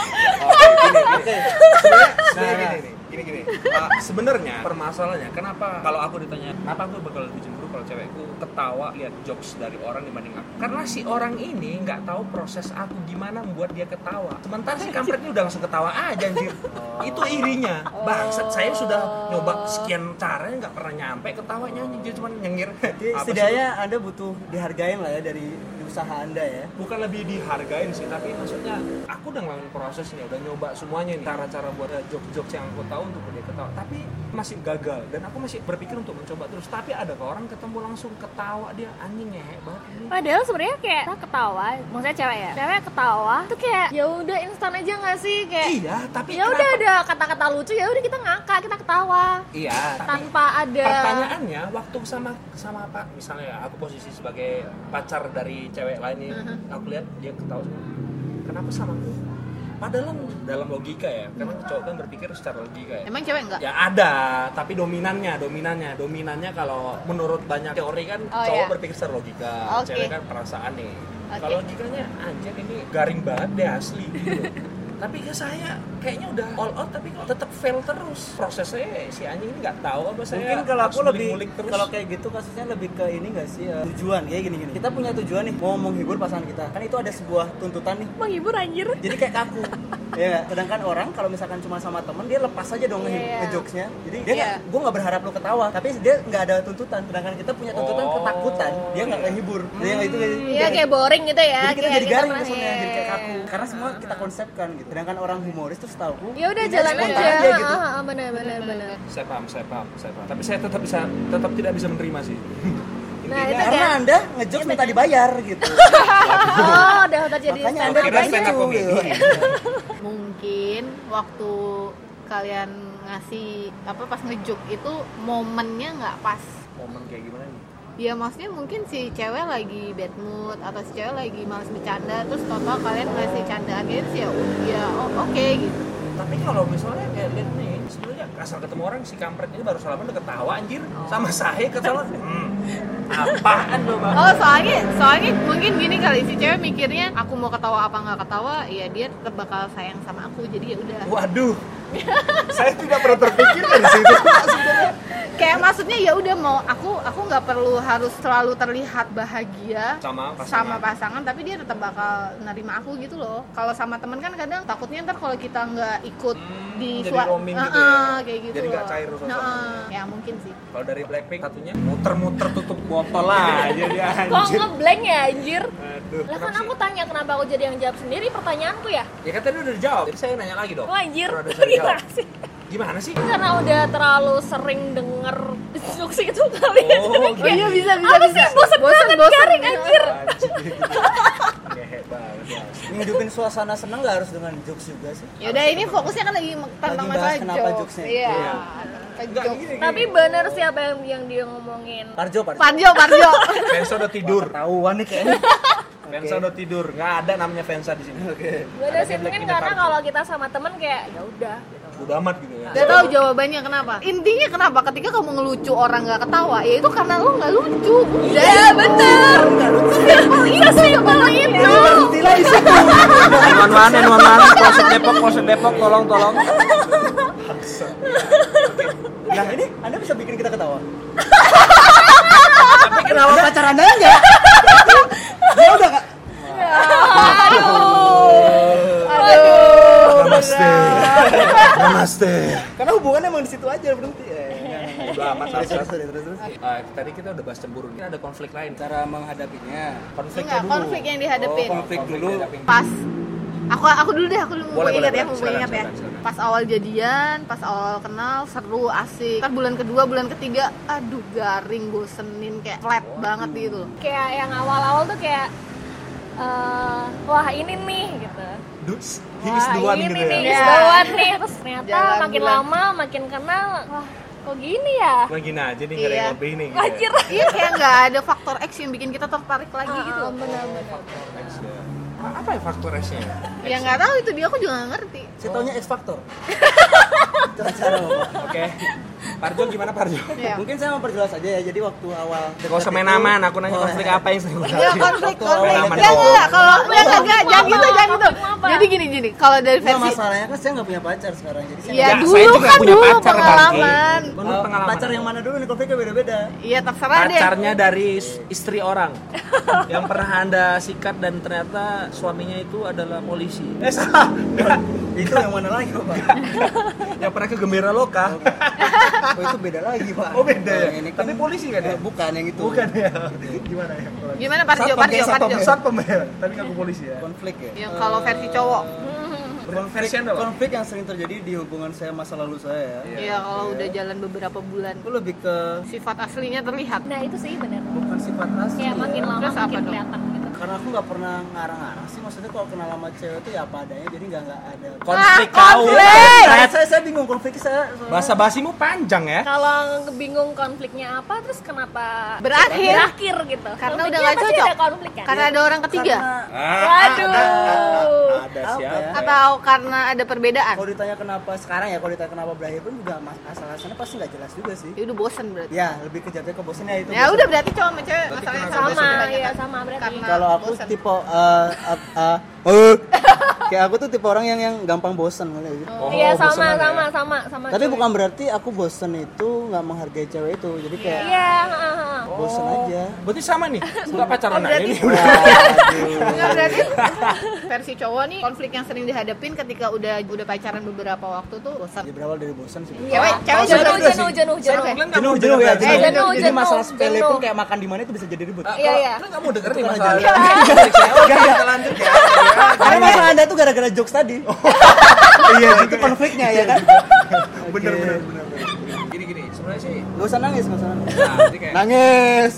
Oke, sebenarnya gini. Sebenarnya permasalahannya kenapa kalau aku ditanya kenapa aku bakal lebih cemburu kalau cewekku ketawa lihat jokes dari orang dibanding aku, karena si orang ini nggak tahu proses aku gimana membuat dia ketawa, sementara si kampret ini udah langsung ketawa aja anjir. Itu irinya bangsat, saya sudah nyoba sekian caranya nggak pernah nyampe ketawanya, dia cuma nyengir. Jadi Apa sih? setidaknya Anda butuh dihargain lah ya dari usaha Anda ya. Bukan lebih dihargain sih, tapi maksudnya aku udah ngelakuin prosesnya, udah nyoba semuanya nih, cara-cara buat jokes-jokes yang aku tahu untuk dia ketawa, tapi masih gagal, dan aku masih berpikir untuk mencoba terus. Tapi ada ke orang ketemu langsung ketawa, dia anjing ngehe banget ini. Padahal sebenarnya kayak kita ketawa, maksudnya cewek ya. Cewek ketawa tuh kayak ya udah instan aja nggak sih, kayak Iya, tapi ya udah ada kata-kata lucu, ya udah kita ngakak, kita ketawa Iya, tapi tanpa ada. pertanyaannya waktu sama apa, misalnya aku posisi sebagai pacar dari cewek lain nih, aku lihat dia ketawa semua. Kenapa sama aku? Padahal dalam logika ya, karena cowok kan berpikir secara logika ya. Emang cewek nggak? Ya ada, tapi dominannya kalau menurut banyak teori kan cowok iya. berpikir secara logika, Oke. cewek kan perasaan nih. Oke. Kalau logikanya anjir ini garing banget deh asli gitu. Tapi ke saya kayaknya udah all out tapi kok tetap fail terus. Prosesnya si anjing ini nggak tahu apa saya. Mungkin kalau harus aku lebih ngulik terus. kalau kayak gitu kasusnya lebih ke ini nggak sih, tujuan kayak gini. Kita punya tujuan nih, mau menghibur pasangan kita. Kan itu ada sebuah tuntutan nih. Menghibur anjir. Jadi kayak kaku. Ya nggak? Sedangkan orang kalau misalkan cuma sama temen, dia lepas aja dong Iya. ngejokesnya. Jadi dia Iya. gue nggak berharap lo ketawa, tapi dia nggak ada tuntutan. Sedangkan kita punya tuntutan Oh. ketakutan, dia nggak ngehibur. Dia nggak itu. Iya kayak boring gitu ya. Jadi kita kayak jadi garing pernah- kesannya, jadi kayak iya. kaku. Karena semua kita konsepkan gitu. Sedangkan orang humoris tuh setahuku, Ya udah ini jalan spontan aja. gitu. Benar. Saya paham. Tapi saya tetap tidak bisa menerima sih. Nah, itu Karena kan. Anda ngejokes minta dibayar gitu. Oh, udah terjadi Makanya stand Anda up kira aja. stand up comedy. Mungkin waktu kalian ngasih apa pas ngejuk itu momennya nggak pas. Momen kayak gimana nih? Ya maksudnya mungkin si cewek lagi bad mood atau si cewek lagi malas bercanda, terus total kalian ngasih candaan gitu sih ya oke gitu. Tapi kalau misalnya kayak lihat nih, sebenarnya asal ketemu orang si kampret ini baru salaman udah ketawa anjir. Sama saya ketawa. Apaan lo bang? Oh soalnya mungkin gini kali, si cewek mikirnya aku mau ketawa apa nggak ketawa, ya dia tetap bakal sayang sama aku, jadi ya udah. Waduh. Saya tidak pernah terpikir dari situ. Kayak maksudnya ya udah mau aku nggak perlu harus selalu terlihat bahagia Sama pasangan, tapi dia tetap bakal nerima aku gitu loh. Kalau sama temen kan kadang takutnya ntar kalau kita nggak ikut di jadi roaming gitu ya. kayak gitu Jadi nggak loh. cair suasananya. Ya mungkin sih. Kalau dari Blackpink satunya muter-muter tutup botol lah jadi Kok anjir. ngeblank ya anjir? Aduh. Lah kan kenapa aku sih? tanya kenapa aku jadi yang jawab sendiri pertanyaanku ya? Ya kan tadi udah dijawab. Jadi saya nanya lagi dong. Oh anjir, Udah saya gimana jawab. sih? Gimana sih? Karena udah terlalu sering denger jokes itu kali. Oh, Oh iya bisa. Apa sih bosan banget garing anjir. Ngehe banget ya. Ngidupin suasana seneng nggak harus dengan jokes juga sih. Yaudah ini fokusnya kan lagi tentang Lagi masalah bahas kenapa jokes. jokesnya. Iya. Iya. Kenapa Enggak jokes? gini. Tapi bener sih apa yang dia ngomongin. Parjo. Parjo. Vensa udah tidur. Tahuan nih kayaknya. Vensa udah tidur. Nggak ada namanya Vensa di sini. Oke. Bener sih Ada mungkin Black karena Panther. kalau kita sama temen kayak ya udah gitu. Udah amat gitu ya. Gak tahu jawabannya kenapa. Intinya kenapa ketika kamu ngelucu orang nggak ketawa, ya itu karena lo nggak lucu. Iya bener. Iya sih kalau itu. Berhentilah di situ. 911 Polsek Depok tolong. Nah ini Anda bisa bikin kita ketawa. Tapi kenapa pacar Anda enggak? Dia udah kak. Namaste. Karena hubungannya emang di situ aja berhenti. Udah amat Terus. Tadi kita udah bahas cemburu. Ini ada konflik lain. Cara menghadapinya. Konfliknya Enggak, dulu. konflik yang dihadapin. Konflik dulu. Pas aku dulu mau Boleh, ingat ya, boleh. mau ingat ya. Silakan. Pas awal jadian, pas awal kenal, seru, asik. Ntar bulan kedua, bulan ketiga, aduh garing, bosenin, kayak flat banget gitu. Kayak yang awal-awal tuh kayak wah ini nih gitu. He's the one ini gitu nih, ya. he's the one nih. Terus ternyata Jalan makin bulan. lama makin kenal, wah kok gini ya? Begini aja nih, nggak ada Iya. yang lebih nih. Gitu Anjir. Iya kayak nggak ada faktor X yang bikin kita tertarik lagi gitu. Benar-benar. Apa ya faktor S-nya? Ya nggak tahu itu dia, aku juga nggak ngerti. Saya taunya X Factor. Cara Bapak. Oke. Parjo gimana Parjo? Ya. Mungkin saya memperjelas aja ya. Jadi waktu awal Gak usah main aman, aku nanya konflik apa yang sering Ya konflik. Aman Ya kok. enggak, kalau jangan gitu. Apa? Jadi gini. Kalau dari Enggak, versi masalahnya kan saya nggak punya pacar sekarang. Jadi saya ya Ya, dulu saya juga kan punya dulu pacar, pengalaman. Menurut pengalaman. pacar yang mana dulu nih konfliknya beda-beda. Iya terserah deh. Pacarnya dari istri orang yang pernah Anda sikat dan ternyata suaminya itu adalah polisi. Salah. Itu yang mana lagi Pak? Yang pernah ke Gembira Loka. Oh itu beda lagi Pak. Oh, beda ya? Yang ini kan Tapi polisi kan ya? Bukan yang itu. Bukan ya. Gimana ya? Gimana Parjo? Satpam ya. Tapi ngaku polisi ya. Konflik ya. Yang kalau versi cowok. Versi Anda, Pak? Konflik yang sering terjadi di hubungan saya masa lalu saya ya. Iya kalau udah jalan beberapa bulan Itu lebih ke sifat aslinya terlihat. Nah itu sih benar. bukan sifat asli. Kayak makin ya. lama Terus apa makin dong? kelihatan gitu. Karena aku nggak pernah ngarang-ngarang sih, maksudnya kalau kenal sama cewek itu ya apa adanya, jadi nggak ada. Konflik Ah, kau. konflik! Saya bingung konflik saya. Bahasa basimu panjang ya. Kalau bingung konfliknya apa, terus kenapa Berakhir. gitu? Karena Konfliknya udah nggak pasti cocok. ada konflik kan? Karena ada orang ketiga. Waduh. Ada Apa siapa? ya? Atau karena ada perbedaan. Kalau ditanya kenapa sekarang ya, kalau ditanya kenapa berakhir pun juga asal-asalnya pasti nggak jelas juga sih. Ya udah bosen berarti. Ya lebih ke jatuhnya ke bosannya itu. Ya udah berarti cowok sama cewek Berarti masalahnya kenapa sama. bosen? Sama, Banyak iya kan? sama berarti. Karena Kalau aku bosen. tipe kayak aku tuh tipe orang yang gampang bosen gitu. Iya bosenan sama, ya. sama. Tapi cewek. bukan berarti aku bosen itu nggak menghargai cewek itu. Jadi kayak Iya, bosen aja. Berarti sama nih. Enggak pacaran aja berarti- nih. Enggak berarti versi cowok nih konflik yang sering dihadapin ketika udah pacaran beberapa waktu tuh bosan. Ya berawal dari bosen sih. Cewek Kalau saya juga juga sih. jenuh. Jenuh ya. jenuh, Jadi masalah jenuh, sepele jenuh. pun kayak makan di mana itu bisa jadi ribut. Iya. Lu enggak mau denger nih Itu masalah. kan Oke, kita lanjut ya. Karena masalah Anda tuh gara-gara jokes tadi. Iya, itu konfliknya ya kan. Bener. Oke. Gini, sebenarnya sih Gak usah nangis, gak usah nangis. nah, jadi kayak Nangis.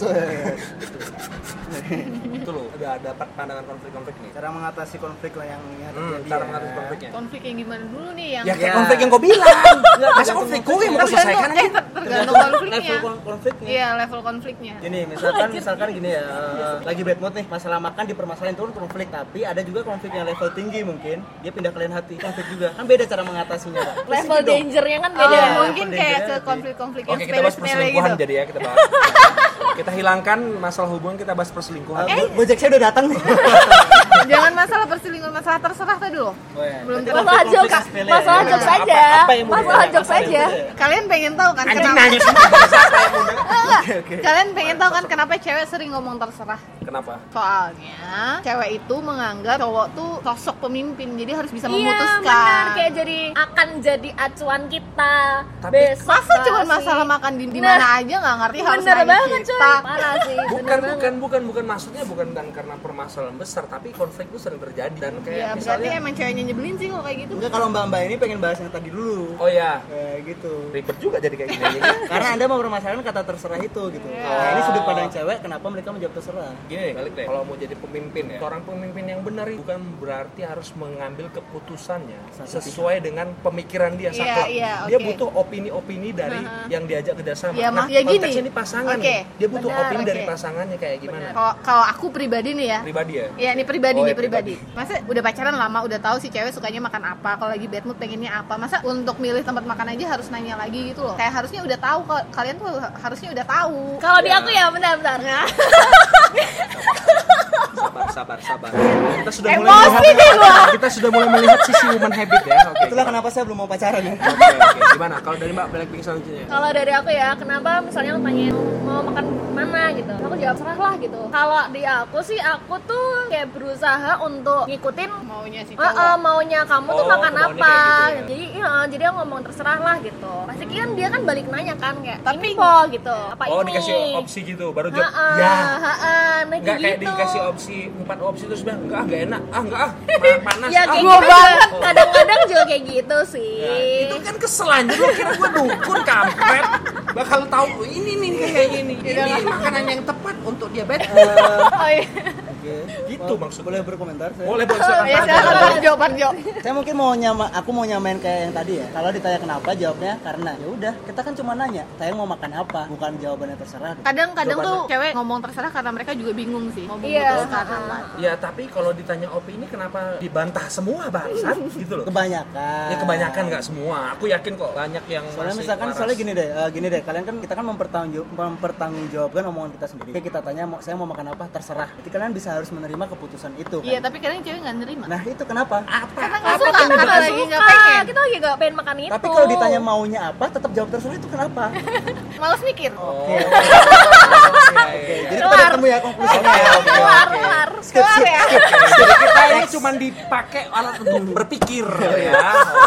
itu loh, udah dapat pandangan konflik-konflik nih. Cara mengatasi konflik lah yang terjadi. Cara ya. mengatasi konfliknya. Konflik yang gimana dulu nih yang Ya kayak Ya. konflik yang kau bilang. Masa tergantung konflik gue yang mau kau tergantung selesaikan aja. tergantung konfliknya. Level konfliknya. Iya, level konfliknya. Gini, misalkan gini ya, lagi bad mood nih, masalah makan dipermasalahin turun konflik, tapi ada juga konflik yang level tinggi mungkin, dia pindah ke lain hati, konflik juga. Kan beda cara mengatasinya, Pak. Level dangernya kan Oh, beda. mungkin level kayak ke dangernya konflik-konflik yang Oke, kita bahas sepele-sepele perselingkuhan gitu. jadi ya, kita bahas. Kita hilangkan masalah hubungan, kita bahas perselingkuhan. Gojek saya udah datang nih. Jangan masalah perselingkuhan, masalah terserah tadi loh. Belum Berarti terlalu. Masalah konflik jokes, yang sepele masalah ya. jokes aja. apa yang mau Masalah dibahas? jokes aja. Kalian pengen tahu kan Anjing kenapa? nanya semua bahasa apa yang mau Oke. Kalian pengen tahu kan kenapa cewek sering ngomong terserah? Kenapa? Soalnya cewek itu menganggap cowok tuh sosok pemimpin, jadi harus bisa Iya memutuskan. benar, kayak akan jadi acuan kita. Tapi Besok Masa nggak cuma sih? masalah makan di Nah, mana aja nggak ngerti harus Bener nanya banget kita. coy. Parah sih. bener banget. Bukan maksudnya bukan karena permasalahan besar, tapi konflik itu sering terjadi dan kayak Ya berarti emang ceweknya nyebelin sih kalau kayak gitu. Enggak, kalau mbak-mbak ini pengen bahas yang tadi dulu. oh ya Kayak gitu. ribet juga jadi kayak gini. Karena Anda mau permasalahan kata terserah itu gitu. Nah, ini sudut pandang cewek, kenapa mereka menjawab terserah? Gini deh, balik deh. Kalau mau jadi pemimpin ya, seorang pemimpin yang benar itu bukan berarti harus mengambil keputusannya sesuai dengan pemikiran dia. Iya, saklek. iya, Dia oke. butuh opini-opini dari yang diajak kerjasama. Ya, nah, ya gini. konteksnya ini pasangan Oke. nih. Dia butuh Benar, opini dari oke. pasangannya kayak gimana. Kalau aku pribadi nih ya. Pribadi ya? Iya, ini pribadi Oh, nih ya, pribadi. Masa udah pacaran lama, udah tahu si cewek sukanya makan apa, kalau lagi bad mood pengennya apa. Masa untuk milih tempat makan aja harus nanya lagi gitu loh. Kayak harusnya udah tahu, kalian tuh harusnya udah tahu. Kalau di aku ya bentar. Sabar. Emosi nih gua. Kita sudah mulai melihat sisi human habit ya. Oke. Itulah kenapa saya belum mau pacaran ya. Oke. Gimana? Kalau dari Mbak Blackpink selanjutnya? Kalau dari aku ya, kenapa misalnya tanya mau makan mana gitu, aku jawab serah lah gitu. Kalau di aku sih, aku tuh kayak berusaha untuk ngikutin Maunya si cowok. maunya kamu tuh Oh, makan maunya apa. kayak gitu Jadi aku ngomong terserah lah gitu. Pasti kan dia kan balik nanya kan kayak, Tapi- ini po gitu. Apa Oh, ini? dikasih opsi gitu, baru jawab Ha-ha, ya. ha-ha, nah Enggak kayak gitu. dikasih opsi 4 opsi terus bilang enggak enak. Enggak panas. Ya kayak Gua gitu banget. kadang-kadang juga kayak gitu sih. Ya, itu kan kesel anjir, lu kira gue dukun kampret bakal tahu ini nih kayak gini. Ini makanan yang tepat untuk diabetes. Oh iya. Oke. Gitu maksudnya. Boleh berkomentar saya? Boleh Ya silakan Parjo. Saya mungkin aku mau nyamain kayak yang tadi ya. Kalau ditanya kenapa, jawabnya karena ya udah, kita kan cuma nanya, saya mau makan apa, bukan jawabannya terserah. Kadang-kadang tuh cewek ngomong terserah karena mereka juga bingung sih mau Iya. memutuskan apa. Ya tapi kalau ditanya opini kenapa dibantah semua bangsat gitu loh. Kebanyakan. Ya kebanyakan nggak semua. Aku yakin kok banyak yang Soalnya masih misalkan waras. soalnya gini deh, kalian kan kita kan mempertanggungjawabkan omongan kita sendiri. Kayak kita tanya saya mau makan apa, terserah. Jadi kalian bisa harus menerima keputusan itu kan. Iya, tapi kadang cewek nggak nerima. Nah, itu kenapa? Karena nggak Apa suka, kita karena nggak lagi nggak suka? pengen. Kita lagi nggak pengen makan itu. Tapi kalau ditanya maunya apa, tetap jawab terserah, itu kenapa? Males mikir. Oh. Oke. Oke. Jadi kita ketemu ya konklusinya ya. kelar. Kelar ya. Jadi kita ini cuma dipakai alat untuk berpikir ya.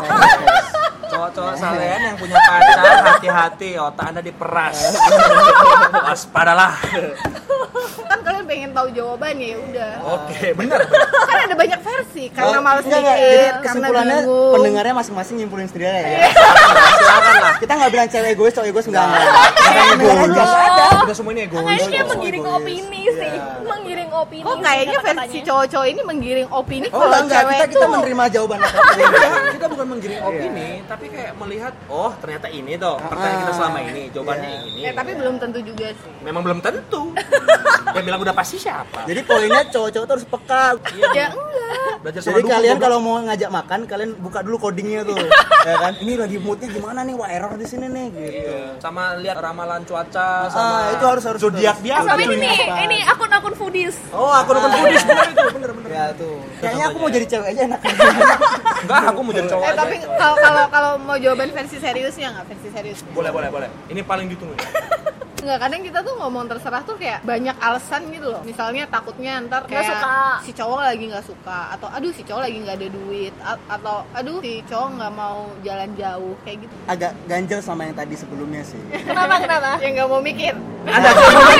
Cowok-cowok kalian yang punya pacar, hati-hati, otak Anda diperas. Waspadalah. Kan kalian pengen tahu jawabannya, ya udah. Oke, benar. Kan ada banyak versi karena males Enggak, mikir, jadi karena kesimpulannya bingung. pendengarnya masing-masing nyimpulin sendiri aja ya. Silakan lah. Kita nggak bilang cewek egois, cowok egois enggak. Kita Egois. Kita semua ini egois. Kayaknya dia Egois. menggiring Egois. opini sih, Iya. menggiring opini. Kok sih kayaknya versi kata-katanya. cowok-cowok ini menggiring opini Oh kalau enggak, cewek kita tuh menerima jawaban apapun. Kita bukan menggiring opini, tapi kayak melihat, oh ternyata ini toh pertanyaan kita selama ini, jawabannya Iya. ini. tapi belum tentu juga sih. Memang belum tentu. Yang bilang udah pasti siapa? Jadi poinnya cowok-cowok tuh harus peka. Ya enggak. Belajar sama Jadi dukun, kalian goblok. kalau mau ngajak makan, kalian buka dulu codingnya tuh, ya kan? Ini lagi moodnya gimana nih? Wah, error di sini nih, gitu. Iya. Sama lihat ramalan cuaca, sama Itu harus zodiak dia. Sama ini Betul, nih, apa? ini akun-akun foodies. Oh, aku nonton Buddhis bener itu, bener. Ya tuh. Kayaknya aku mau jadi cewek aja enak. Enggak, aku mau jadi cowok aja. Tapi kalau mau jawaban versi seriusnya nggak versi seriusnya. Boleh. Ini paling ditunggu. Enggak, kadang kita tuh ngomong terserah tuh kayak banyak alasan gitu loh. Misalnya takutnya ntar Nggak kayak suka. si cowok lagi nggak suka, atau aduh si cowok lagi nggak ada duit, atau aduh si cowok nggak mau jalan jauh kayak gitu. Agak ganjel sama yang tadi sebelumnya sih. Kenapa? Yang nggak mau mikir. Anda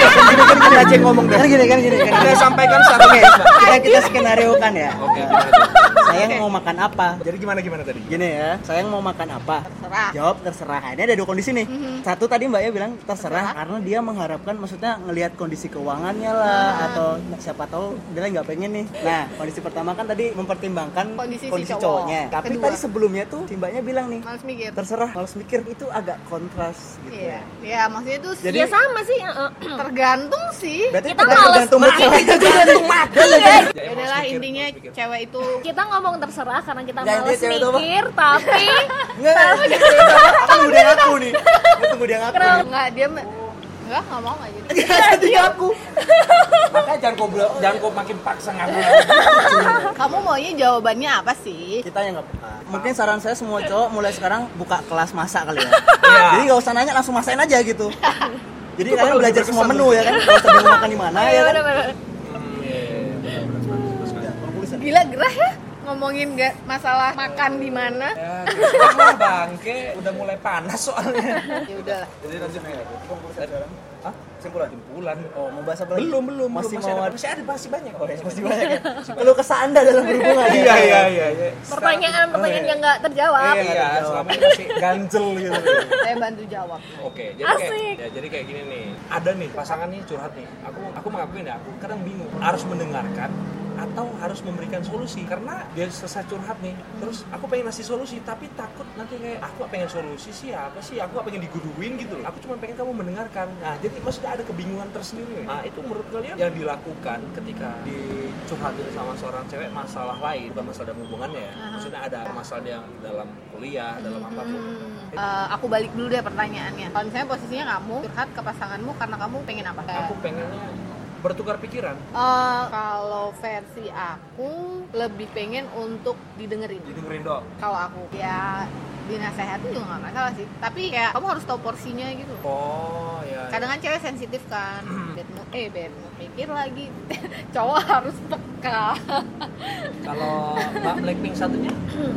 aja ngomong Kan gini. Saya sampaikan secara Oke, kita skenario kan ya. Oke. Sayang mau makan apa? Jadi gimana tadi? Gini ya, sayang mau makan apa? Terserah. Jawab terserah. Ini ada dua kondisi nih. Satu tadi Mbaknya bilang terserah karena dia mengharapkan, maksudnya ngelihat kondisi keuangannya lah, atau siapa tahu dia lagi nggak pengen nih. Nah, kondisi pertama kan tadi mempertimbangkan Kondisi si kondisi cowok. cowoknya. Tapi Kedua. tadi sebelumnya tuh si Mbaknya bilang nih Males mikir. terserah, males mikir, itu agak kontras gitu. Iya. Ya maksudnya tuh Jadi- Ya sama sih. tergantung sih. Berarti Kita males tergantung mood banget. ceweknya juga nih. Ya udahlah, intinya cewek itu Kita ngomong terserah karena kita Nggak, males dia cewek itu apa? mikir, tapi Enggak, aku tunggu dia ngaku nih. Aku tunggu dia ngaku. nih. enggak dia nggak mau nggak jadi. Jadi aku. Makanya jangan kau makin paksa ngaku. Kamu maunya jawabannya apa sih? Kita yang nggak peka. Mungkin saran saya semua cowok mulai sekarang buka kelas masak kali ya. Iya. Jadi nggak usah nanya, langsung masain aja gitu. Jadi Itu kalian bakal belajar lebih semua berkesan. menu ya kan. Kalau usah bingung makan di mana ya kan. bener-bener. Konklusi. Gila gerah ya? ngomongin nggak masalah makan di mana. Ya, kita bangke udah mulai panas soalnya. Ya udahlah. Jadi lanjut nih. Sekarang. Hah? Simpulan. Oh, mau bahas apa lagi? Belum. Masih masih mau ada, masih banyak. Oh, ya, masih banyak ya. Kalau kesah Anda dalam berhubungan. Iya. Pertanyaan yang nggak terjawab. Iya, selama ini masih ganjel gitu. Saya bantu jawab. Oke, jadi Asik. kayak gini nih. Ada nih pasangan nih curhat nih. Aku mengakuin ya, aku kadang bingung harus mendengarkan atau harus memberikan solusi karena dia selesai curhat nih, terus aku pengen ngasih solusi tapi takut nanti kayak aku gak pengen solusi sih apa sih, aku gak pengen diguduin gitu loh, aku cuma pengen kamu mendengarkan. Nah jadi maksudnya ada kebingungan tersendiri. Nah itu menurut kalian yang dilakukan ketika dicurhatin sama seorang cewek masalah lain, bukan masalah dalam hubungannya ya, maksudnya ada masalah yang dalam kuliah, dalam apapun. Aku balik dulu deh pertanyaannya. Kalau misalnya posisinya kamu curhat ke pasanganmu karena kamu pengen apa? Aku pengennya bertukar pikiran. Kalau versi aku lebih pengen untuk didengerin. Didengerin doang. Kalau aku ya dinasehatin juga nggak masalah sih. Tapi kayak kamu harus tahu porsinya gitu. Oh ya. Kadang kan cewek sensitif kan. bad mood mikir lagi. Cowok harus peka. Kalau Mbak Blackpink satunya?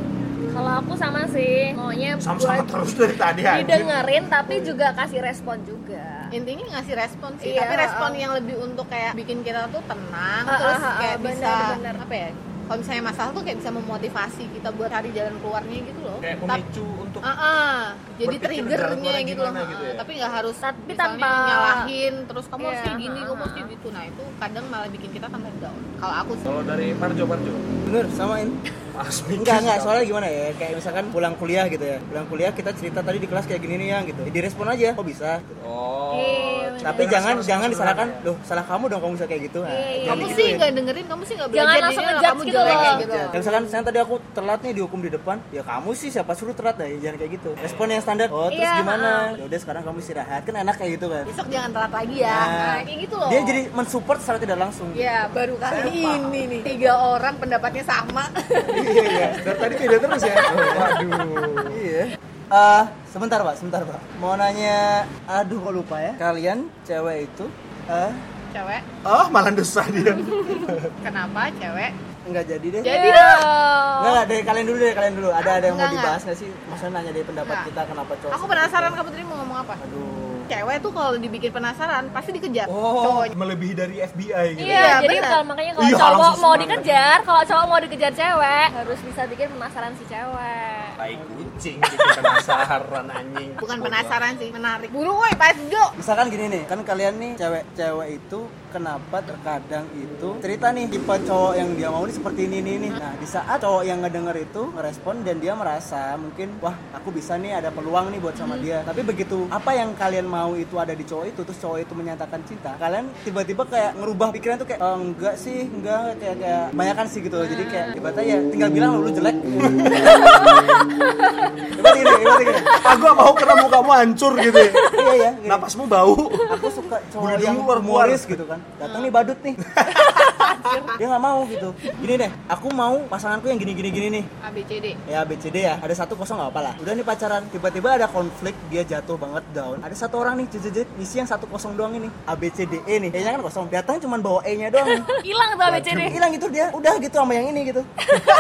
Kalau aku sama sih, maunya Sama-sama buat terus dari tadi aja. didengerin tapi juga kasih respon juga. Intinya ngasih respon sih, Iya, tapi respon yang lebih untuk kayak bikin kita tuh tenang, terus kayak bisa bener. apa ya? Kalau misalnya masalah tuh kayak bisa memotivasi kita buat cari jalan keluarnya gitu loh. Kayak memicu untuk Jadi berpikir triggernya jalan gitu loh. keluarnya gitu ya? Tapi nggak harus Tapi misalnya tanpa- nyalahin, terus kamu harus Iya, kayak gini, kamu harus kayak gitu. Nah itu kadang malah bikin kita tambah down. Kalau aku sih. Kalau dari Parjo Bener, samain. Mas Enggak, soalnya gimana ya, kayak misalkan pulang kuliah gitu ya, pulang kuliah kita cerita tadi di kelas kayak gini nih ya gitu, direspon aja, kok bisa gitu. Oh. Iya, Tapi Dengan jangan respon disalahkan, sebenarnya. loh salah kamu dong kamu bisa kayak gitu. Nah, Iya, jangan Kamu gitu sih ya. nggak dengerin, kamu sih nggak Jangan belajar, langsung jadinya ngejudge kamu gitu jelek loh. kayak gitu. Ya, misalkan saya tadi aku telat nih dihukum di depan, ya kamu sih siapa suruh telat ya, jangan kayak gitu. Respon yang standar, oh terus Iya, gimana? Ya udah sekarang kamu istirahat, kan enak kayak gitu kan. Besok jangan telat lagi ya. Nah, Nah, kayak gitu loh. Dia jadi mensupport secara tidak langsung. Ya baru kali ini nih 3 orang pendapatnya sama. Iya. Dari tadi beda terus ya. Waduh. Iya. Sebentar Pak. Mau nanya, aduh kok lupa ya. Kalian cewek itu Cewek, Oh, malah dosa dia. kenapa cewek? enggak jadi deh. Jadi Enggak, dari kalian dulu. Ada yang mau Enggak. dibahas nggak sih? Maksudnya nanya dari pendapat Enggak. kita kenapa cowok. Aku penasaran kamu tadi mau ngomong apa? Aduh. Cewek tuh kalau dibikin penasaran pasti dikejar. Oh, Cowok. melebihi dari FBI gitu. Iya, Iya, jadi benar. kalau makanya kalau Iya, cowok langsung mau semangat. dikejar, kalau cowok mau dikejar cewek harus bisa bikin penasaran si cewek. Tai kucing bikin penasaran anjing. Bukan penasaran sih, menarik. Buru woi, Pak Jo. Misalkan gini nih, kan kalian nih cewek itu kenapa terkadang itu cerita nih tipe cowok yang dia mau nih seperti ini. Nah, di saat cowok yang ngedenger itu ngerespon dan dia merasa mungkin wah, aku bisa nih ada peluang nih buat sama dia. Tapi begitu apa yang kalian mau itu ada di cowok itu, terus cowok itu menyatakan cinta, kalian tiba-tiba kayak ngerubah pikiran tuh kayak enggak kayak banyakan sih gitu. Jadi kayak ibaratnya ya tinggal bilang lu jelek. Ibaratnya gini. Aku gak mau karena mukamu hancur gitu ya. Iya. Gini. Napasmu bau. Aku suka cowok Bunuh yang dulu, keluar. humoris gitu kan. Datang nih badut nih. Dia nggak mau gitu. Gini deh, aku mau pasanganku yang gini nih. ABCD. Ya ABCD ya, ada 1-0 nggak apa lah. Udah nih pacaran, tiba-tiba ada konflik, dia jatuh banget down. Ada satu orang nih, ngisi yang 1-0 doang ini. ABCDE nih, E-nya kan kosong. Datang cuma bawa E-nya doang nih. Hilang tuh ABCD. Hilang itu dia, udah gitu sama yang ini gitu.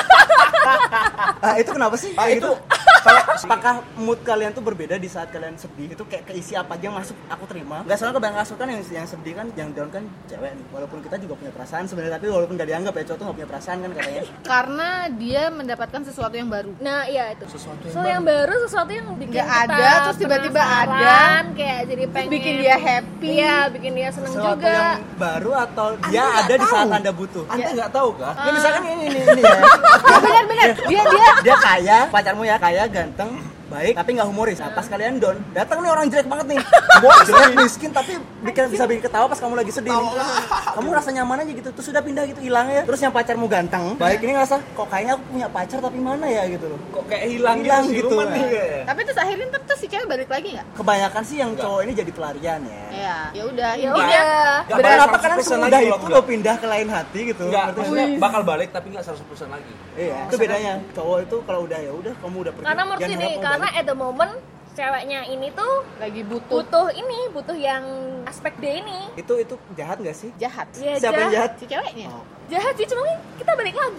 Itu kenapa sih? Pak, Kayak itu kalau apakah mood kalian tuh berbeda di saat kalian sedih? Itu kayak keisi apa aja yang masuk aku terima. Enggak soalnya kebanyakan kasus kan yang sedih kan, yang down kan cewek nih. Walaupun kita juga punya perasaan sebenarnya, tapi walaupun gak dianggap ya cowok tuh gak punya perasaan kan katanya. Karena dia mendapatkan sesuatu yang baru. Nah, iya itu. Sesuatu So yang baru, sesuatu yang bikin Nggak kita ada, terus tiba-tiba penasaran, kayak jadi pengen bikin dia happy. Iya, bikin dia seneng Sesuatu juga. yang baru atau dia nggak ada di saat tahu. Anda butuh. Anda nggak tahu kah? Ya misalkan ini ya. Benar-benar. Dia kaya, pacarmu ya kaya, ganteng, baik, tapi nggak humoris. Nah, pas kalian down, datang nih orang jelek banget nih. Jelek, miskin, tapi bisa bikin ketawa pas kamu lagi sedih nih. Kamu ngerasa nyaman aja gitu, terus sudah pindah gitu, hilang ya. Terus yang pacarmu ganteng, baik, ini ngerasa kok kayaknya aku punya pacar tapi mana ya gitu loh. Kok kayak hilang Hilang gitu, gitu. siluman nih kayak. Tapi terus akhirnya terus si cewek balik lagi nggak? Kebanyakan sih yang cowok ini jadi pelarian ya. Iya, ya udah. Ya intinya udah. Nggak Kenapa bakal kalian 100% semudah lagi itu kalau lo pindah ke lain hati gitu? Enggak, Ngerti? maksudnya bakal balik tapi nggak 100% lagi. Iya, itu bedanya. Cowok itu kalau udah ya udah kamu udah pergi. Karena menurut jangan ini, harap kamu karena balik. at the moment ceweknya ini tuh lagi butuh butuh yang aspek dia ini. itu jahat nggak sih? jahat. Ya, Siapa yang jahat? Si ceweknya. Oh. Jahat sih, cuma kita balik lagi.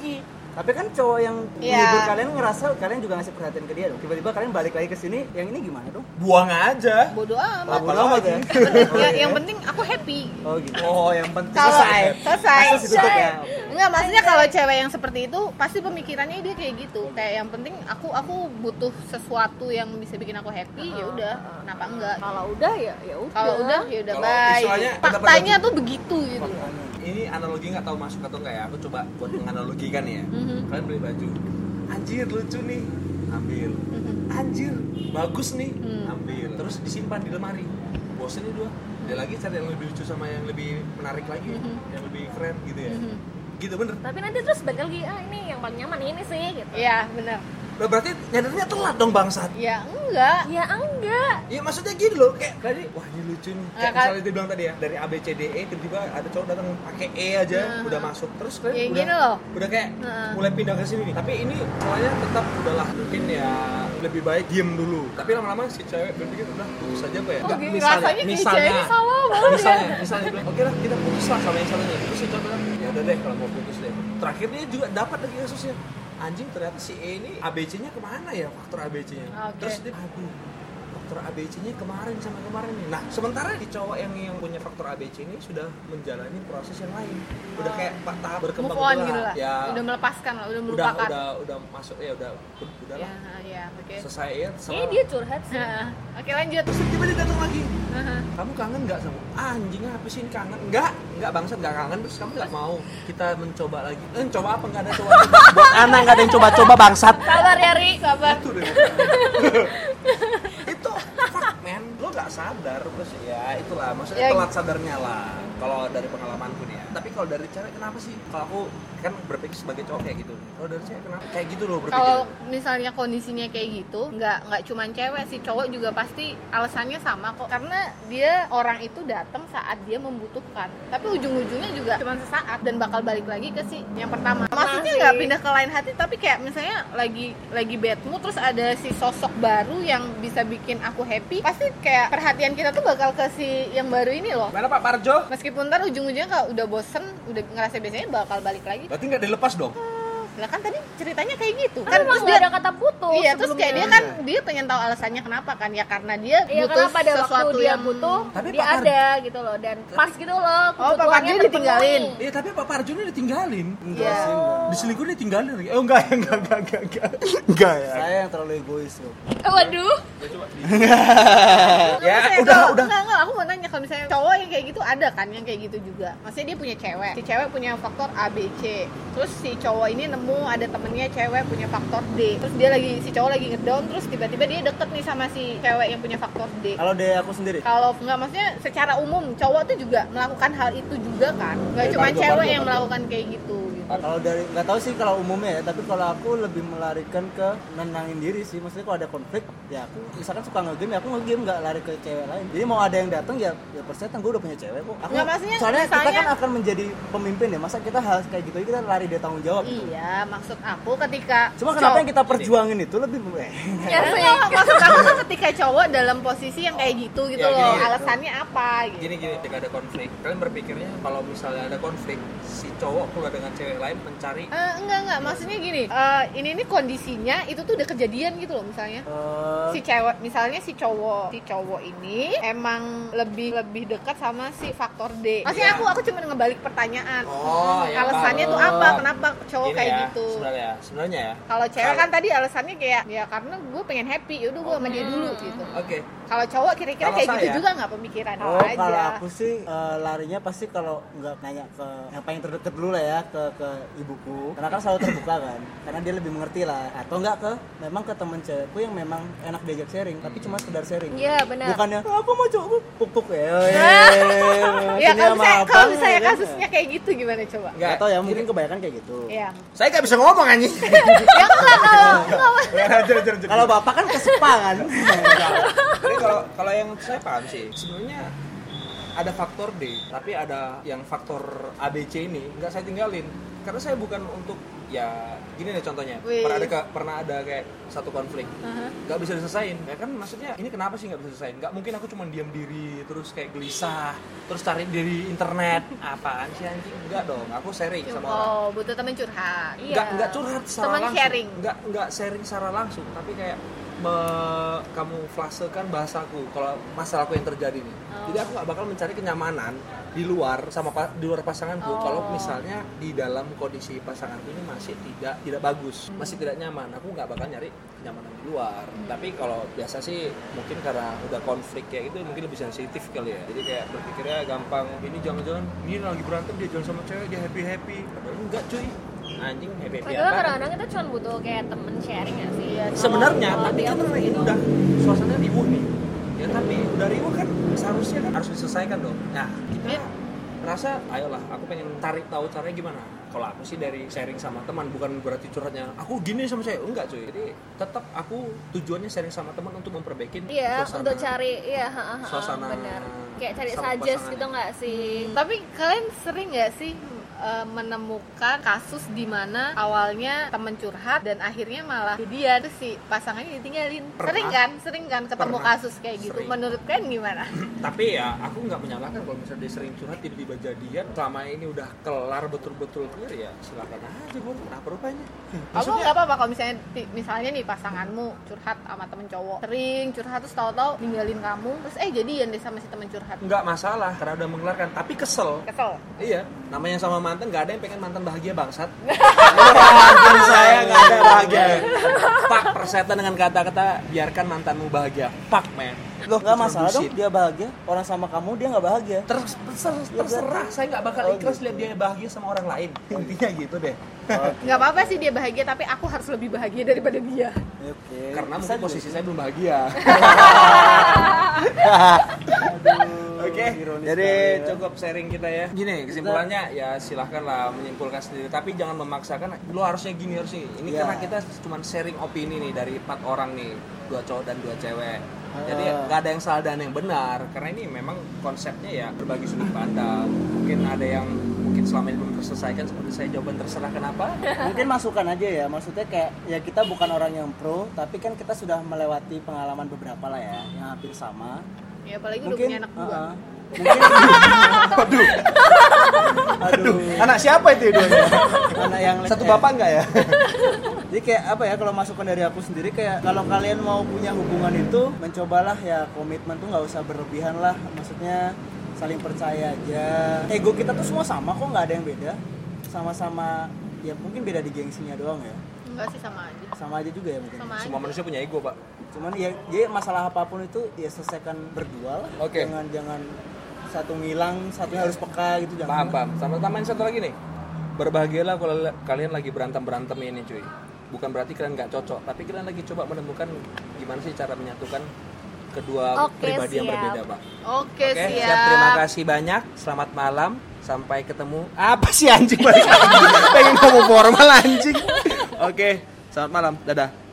Tapi kan cowok yang Iya. menghibur kalian ngerasa kalian juga ngasih perhatian ke dia dong. Tiba-tiba kalian balik lagi ke sini, yang ini gimana dong? Buang aja. Bodoh amat. Bodo amat ya. Yang penting aku happy. Oh gitu. Oh, yang penting Kalau selesai. selesai. Kasus ditutup ya. Enggak, maksudnya kalau cewek yang seperti itu pasti pemikirannya dia kayak gitu. Kayak yang penting aku butuh sesuatu yang bisa bikin aku happy, ya udah, kenapa enggak? Kalau udah ya udah. Kalau udah ya udah Kalau bye. istilahnya kita Faktanya tuh begitu gitu. Ini analogi nggak tahu masuk atau enggak ya? Aku coba buat menganalogikan ya. Mhm. Kalian beli baju, anjir lucu nih, ambil. Mhm. Anjir bagus nih, Hmm. ambil. Terus disimpan di lemari. Bosen nih dua. Dia lagi cari yang lebih lucu sama yang lebih menarik lagi, Mhm. yang lebih keren gitu ya. Mhm. Gitu bener. Tapi nanti terus balik lagi, ini yang paling nyaman ini sih gitu. Iya, benar. Nah, berarti nyadarnya telat dong bangsat. Ya enggak. Ya enggak. Iya maksudnya gini loh, kayak tadi wah ini lucu nih. Kayak kan- misalnya dia bilang tadi ya, dari A B C D E tiba-tiba ada cowok datang pakai E aja udah masuk. Terus kalian Ya, udah gini loh. udah kayak Heeh. mulai pindah ke sini nih. Tapi ini soalnya tetap udahlah mungkin ya lebih baik diem dulu. Tapi lama-lama si cewek berpikir udah putus aja apa ya? Oh, Nggak, gini, rasanya kayak ceweknya sama banget misalnya dia bilang, oke lah kita putus lah sama yang satunya. Terus si cowok bilang, ya udah deh kalau mau putus deh. Terakhir dia juga dapat lagi kasusnya. Anjing ternyata si E ini ABC-nya kemana ya, faktor ABC-nya. Oke. Terus dia aduh faktor ABC-nya kemarin sama kemarin nih. Nah sementara di cowok yang punya faktor ABC ini sudah menjalani proses yang lain, udah kayak tahap berkembang Move on lah. gitu lah. Ya Udah melepaskan lah, udah melupakan. udah masuk ya udah Ya, lah ya, oke. selesai ya. Kayaknya dia curhat sih. Heeh. Oke, lanjut. Terus tiba dia datang lagi. Heeh. Kamu kangen nggak sama anjing apa sih ini kangen? Enggak bangsat nggak kangen terus kamu nggak mau kita mencoba lagi. Coba apa nggak ada coba buat anak nggak ada yang coba-coba bangsat. Sabar ya, Ri. Sabar. Itu deh. Itu fuck man, lo nggak sadar terus ya itulah maksudnya Ya, telat sadarnya lah kalau dari pengalamanku nih ya. Tapi kalau dari cewek kenapa sih? Kalau aku kan berpikir sebagai cowok kayak gitu. Kalau dari cewek kenapa kayak gitu loh berpikir? Kalau misalnya kondisinya kayak gitu, nggak cuma cewek sih, cowok juga pasti alasannya sama kok. Karena dia orang itu datang saat dia membutuhkan, tapi ujung-ujungnya juga cuma sesaat dan bakal balik lagi ke si yang pertama. Maksudnya nggak pindah ke lain hati, tapi kayak misalnya lagi bad mood terus ada si sosok baru yang bisa bikin aku happy, pasti kayak perhatian kita tuh bakal ke si yang baru ini loh. Mana Pak Parjo? Meskipun ntar ujung-ujungnya kalau udah bosen, udah ngerasa biasanya bakal balik lagi. Berarti nggak dilepas dong? Lah kan tadi ceritanya kayak gitu. Kan emang nggak ada kata putus. Iya, terus kayak dia sebelumnya. kan dia pengen tahu alasannya kenapa kan, ya karena dia Iya, butuh karena pada sesuatu waktu dia yang butuh, Tapi dia Pak Par- ada gitu loh, dan pas gitu loh. Oh, Pak kebutuhannya Parjo terpenuhi. ditinggalin. Iya tapi Pak Parjo ini ditinggalin. Enggak Iya. sih, enggak. Diselingkuh ditinggalin lagi. Oh enggak ya, enggak ya. Saya yang terlalu egois loh. Waduh. Ya, Maksudnya udah. Enggak, aku mau nanya kalau misalnya cowok yang kayak gitu ada kan yang kayak gitu juga. Maksudnya dia punya cewek. Si cewek punya faktor A, B, C. Terus si cowok ini nemu ada temennya cewek punya faktor D. Terus dia si cowok lagi ngedown, terus tiba-tiba dia deket nih sama si cewek yang punya faktor D. Kalau dari aku sendiri, Kalau nggak, maksudnya secara umum cowok tuh juga melakukan hal itu juga kan, nggak Ya, cuma Parjo, cewek Parjo, yang Parjo. melakukan kayak gitu. kalau dari nggak tahu sih kalau umumnya ya, tapi kalau aku lebih melarikan ke nenangin diri sih. Maksudnya kalau ada konflik, ya aku misalkan suka ngegame, ya aku ngegame nggak lari ke cewek lain. Jadi mau ada yang datang ya persetan, gue udah punya cewek kok. Aku, Nggak, maksudnya soalnya kita misalnya- kan akan menjadi pemimpin ya. Masa kita hal kayak gitu kita lari dari tanggung jawab. Gitu. Iya, maksud aku ketika Cuma kenapa yang kita perjuangin itu lebih Ya, Enggak, maksud aku tuh ketika cowok dalam posisi yang kayak gitu Ya, loh, gini. alasannya apa gitu. Gini ketika ada konflik, kalian berpikirnya kalau misalnya ada konflik, si cowok keluar dengan cewek lain mencari Enggak, maksudnya gini, ini kondisinya itu tuh udah kejadian gitu loh, misalnya si cewek, misalnya si cowok ini emang lebih dekat sama si faktor D. Maksudnya Iya. aku cuma ngebalik pertanyaan. Oh, ya, Alasannya tuh paham. apa? Kenapa cowok Gini kayak ya, gitu? Sebenarnya ya. Kalau cewek kan tadi alasannya kayak ya karena gue pengen happy, yaudah gue sama dia dulu gitu. Oke. Kalau cowok kira-kira Kalau kayak gitu saya- juga nggak pemikiran Oh, aja. kalau aku sih larinya pasti kalau nggak nanya ke yang paling terdekat dulu lah ya, ke ibuku. Karena kan selalu terbuka kan. Karena dia lebih mengerti lah. Atau enggak memang ke temen cewekku yang memang enak diajak sharing, tapi cuma sekedar sharing. Iya, benar. Bukannya aku mau coba puk-puk ya. Ya kalau misalnya kasusnya kayak gitu gimana coba? Enggak tahu ya, mungkin kebanyakan kayak gitu. Iya. Saya nggak bisa ngomong anjing. Ya enggak kalau Kalau bapak kan kesepa kan. Jadi kalau yang saya paham sih, sebenarnya ada faktor D, tapi ada yang faktor ABC ini nggak saya tinggalin. Karena saya bukan untuk, ya gini nih contohnya, Wih. pernah ada kayak satu konflik nggak bisa diselesain, ya kan maksudnya ini kenapa sih nggak bisa diselesain? Nggak mungkin aku cuma diam diri terus kayak gelisah terus cari di internet, apaan sih anjing? Enggak dong, aku sharing sama orang. Oh, butuh temen curhat. Iya. Nggak curhat secara Teman langsung, sharing. nggak sharing secara langsung, tapi kayak kamu flasekan bahasaku kalau masalahku yang terjadi nih. Jadi aku nggak bakal mencari kenyamanan di luar di luar pasanganku. Kalau misalnya di dalam kondisi pasanganku ini masih tidak bagus, masih tidak nyaman, aku nggak bakal nyari kenyamanan di luar. Tapi kalau biasa sih mungkin karena udah konflik kayak gitu mungkin lebih sensitif kali ya. Jadi kayak berpikirnya gampang, ini jangan-jangan ini lagi berantem dia jalan sama cewek dia happy. Padahal enggak cuy. Anjing happy Padahal apa? kadang-kadang kita cuma butuh kayak temen sharing gak sih? Ya, Sebenarnya kalau tapi dia kan ini gitu. udah suasana riuh nih ya, tapi udah riuh kan seharusnya kan harus diselesaikan dong. Nah kita rasa ayolah aku pengen tarik tahu caranya gimana. Kalau aku sih dari sharing sama teman, bukan berarti curhatnya aku gini sama saya, enggak cuy. Jadi tetap aku tujuannya sharing sama teman untuk memperbaiki Iya, suasana, untuk cari suasana benar. Kayak cari sama suggest pasangan. gitu nggak sih? Tapi kalian sering nggak sih menemukan kasus di mana awalnya temen curhat dan akhirnya malah jadian terus si pasangannya ditinggalin? Pernah. Sering kan ketemu Pernah. kasus kayak gitu. Sering. Menurut kalian gimana? Tapi ya aku nggak menyalahkan kalau misalnya dia sering curhat tiba-tiba jadian. Selama ini udah kelar betul-betul clear ya silakan aja bro. Kenapa rupanya? Kamu nggak apa-apa kalau misalnya nih pasanganmu curhat sama temen cowok, sering curhat terus tahu-tahu ninggalin kamu, terus jadian deh sama si temen curhat. Nggak masalah karena udah mengeluarkan, tapi kesel. Kesel. Iya, namanya sama mantan nggak ada yang pengen mantan bahagia bangsat. Mantan saya nggak ada bahagia. Pak, persetan dengan kata-kata biarkan mantanmu bahagia. Pak, men. Loh, nggak masalah dong Bullshit. dia bahagia. Orang sama kamu dia nggak bahagia. Terserah, saya nggak bakal ikhlas lihat dia bahagia sama orang lain. Intinya gitu deh. Nggak apa-apa sih dia bahagia, tapi aku harus lebih bahagia daripada dia. Oke. Karena Bisa mungkin juga posisi sih. saya belum bahagia. Aduh, Oke, ironis jadi sekali ya. cukup sharing kita ya. Gini, kesimpulannya ya silahkan lah menyimpulkan sendiri. Tapi jangan memaksakan, lo harusnya gini, harusnya ini. Ini Ya. karena kita cuma sharing opini nih dari 4 orang nih, 2 cowok dan 2 cewek. Jadi nggak ada yang salah dan yang benar. Karena ini memang konsepnya ya berbagi sudut pandang. Mungkin ada yang selama ini belum terselesaikan seperti saya jawaban terserah kenapa. Mungkin masukan aja ya, maksudnya kayak ya kita bukan orang yang pro, tapi kan kita sudah melewati pengalaman beberapa lah ya, yang hampir sama. Ya apalagi udah punya anak dua. Mungkin aduh, Anak siapa itu duanya? anak yang Satu bapak nggak ya? Jadi kayak apa ya, kalau masukan dari aku sendiri kayak kalau kalian mau punya hubungan itu mencobalah ya komitmen tuh nggak usah berlebihan lah, maksudnya saling percaya aja. Ego kita tuh semua sama kok, nggak ada yang beda, sama-sama ya mungkin beda di gengsinya doang ya. Enggak sih, sama aja. Sama aja juga ya mungkin. Sama aja. Semua manusia punya ego, Pak. Cuman ya jadi masalah apapun itu ya selesaikan berdua lah. Oke. Jangan satu ngilang, satunya harus peka gitu, jangan. Paham. Sama tambahin satu lagi nih. Berbahagialah kalau kalian lagi berantem ini, cuy. Bukan berarti kalian nggak cocok, tapi kalian lagi coba menemukan gimana sih cara menyatukan kedua Oke, pribadi yang siap. berbeda, Pak. Oke, siap. Siap. Terima kasih banyak. Selamat malam. Sampai ketemu. Apa sih anjing balik lagi? Pengen ngomong formal anjing. Oke, selamat malam. Dadah.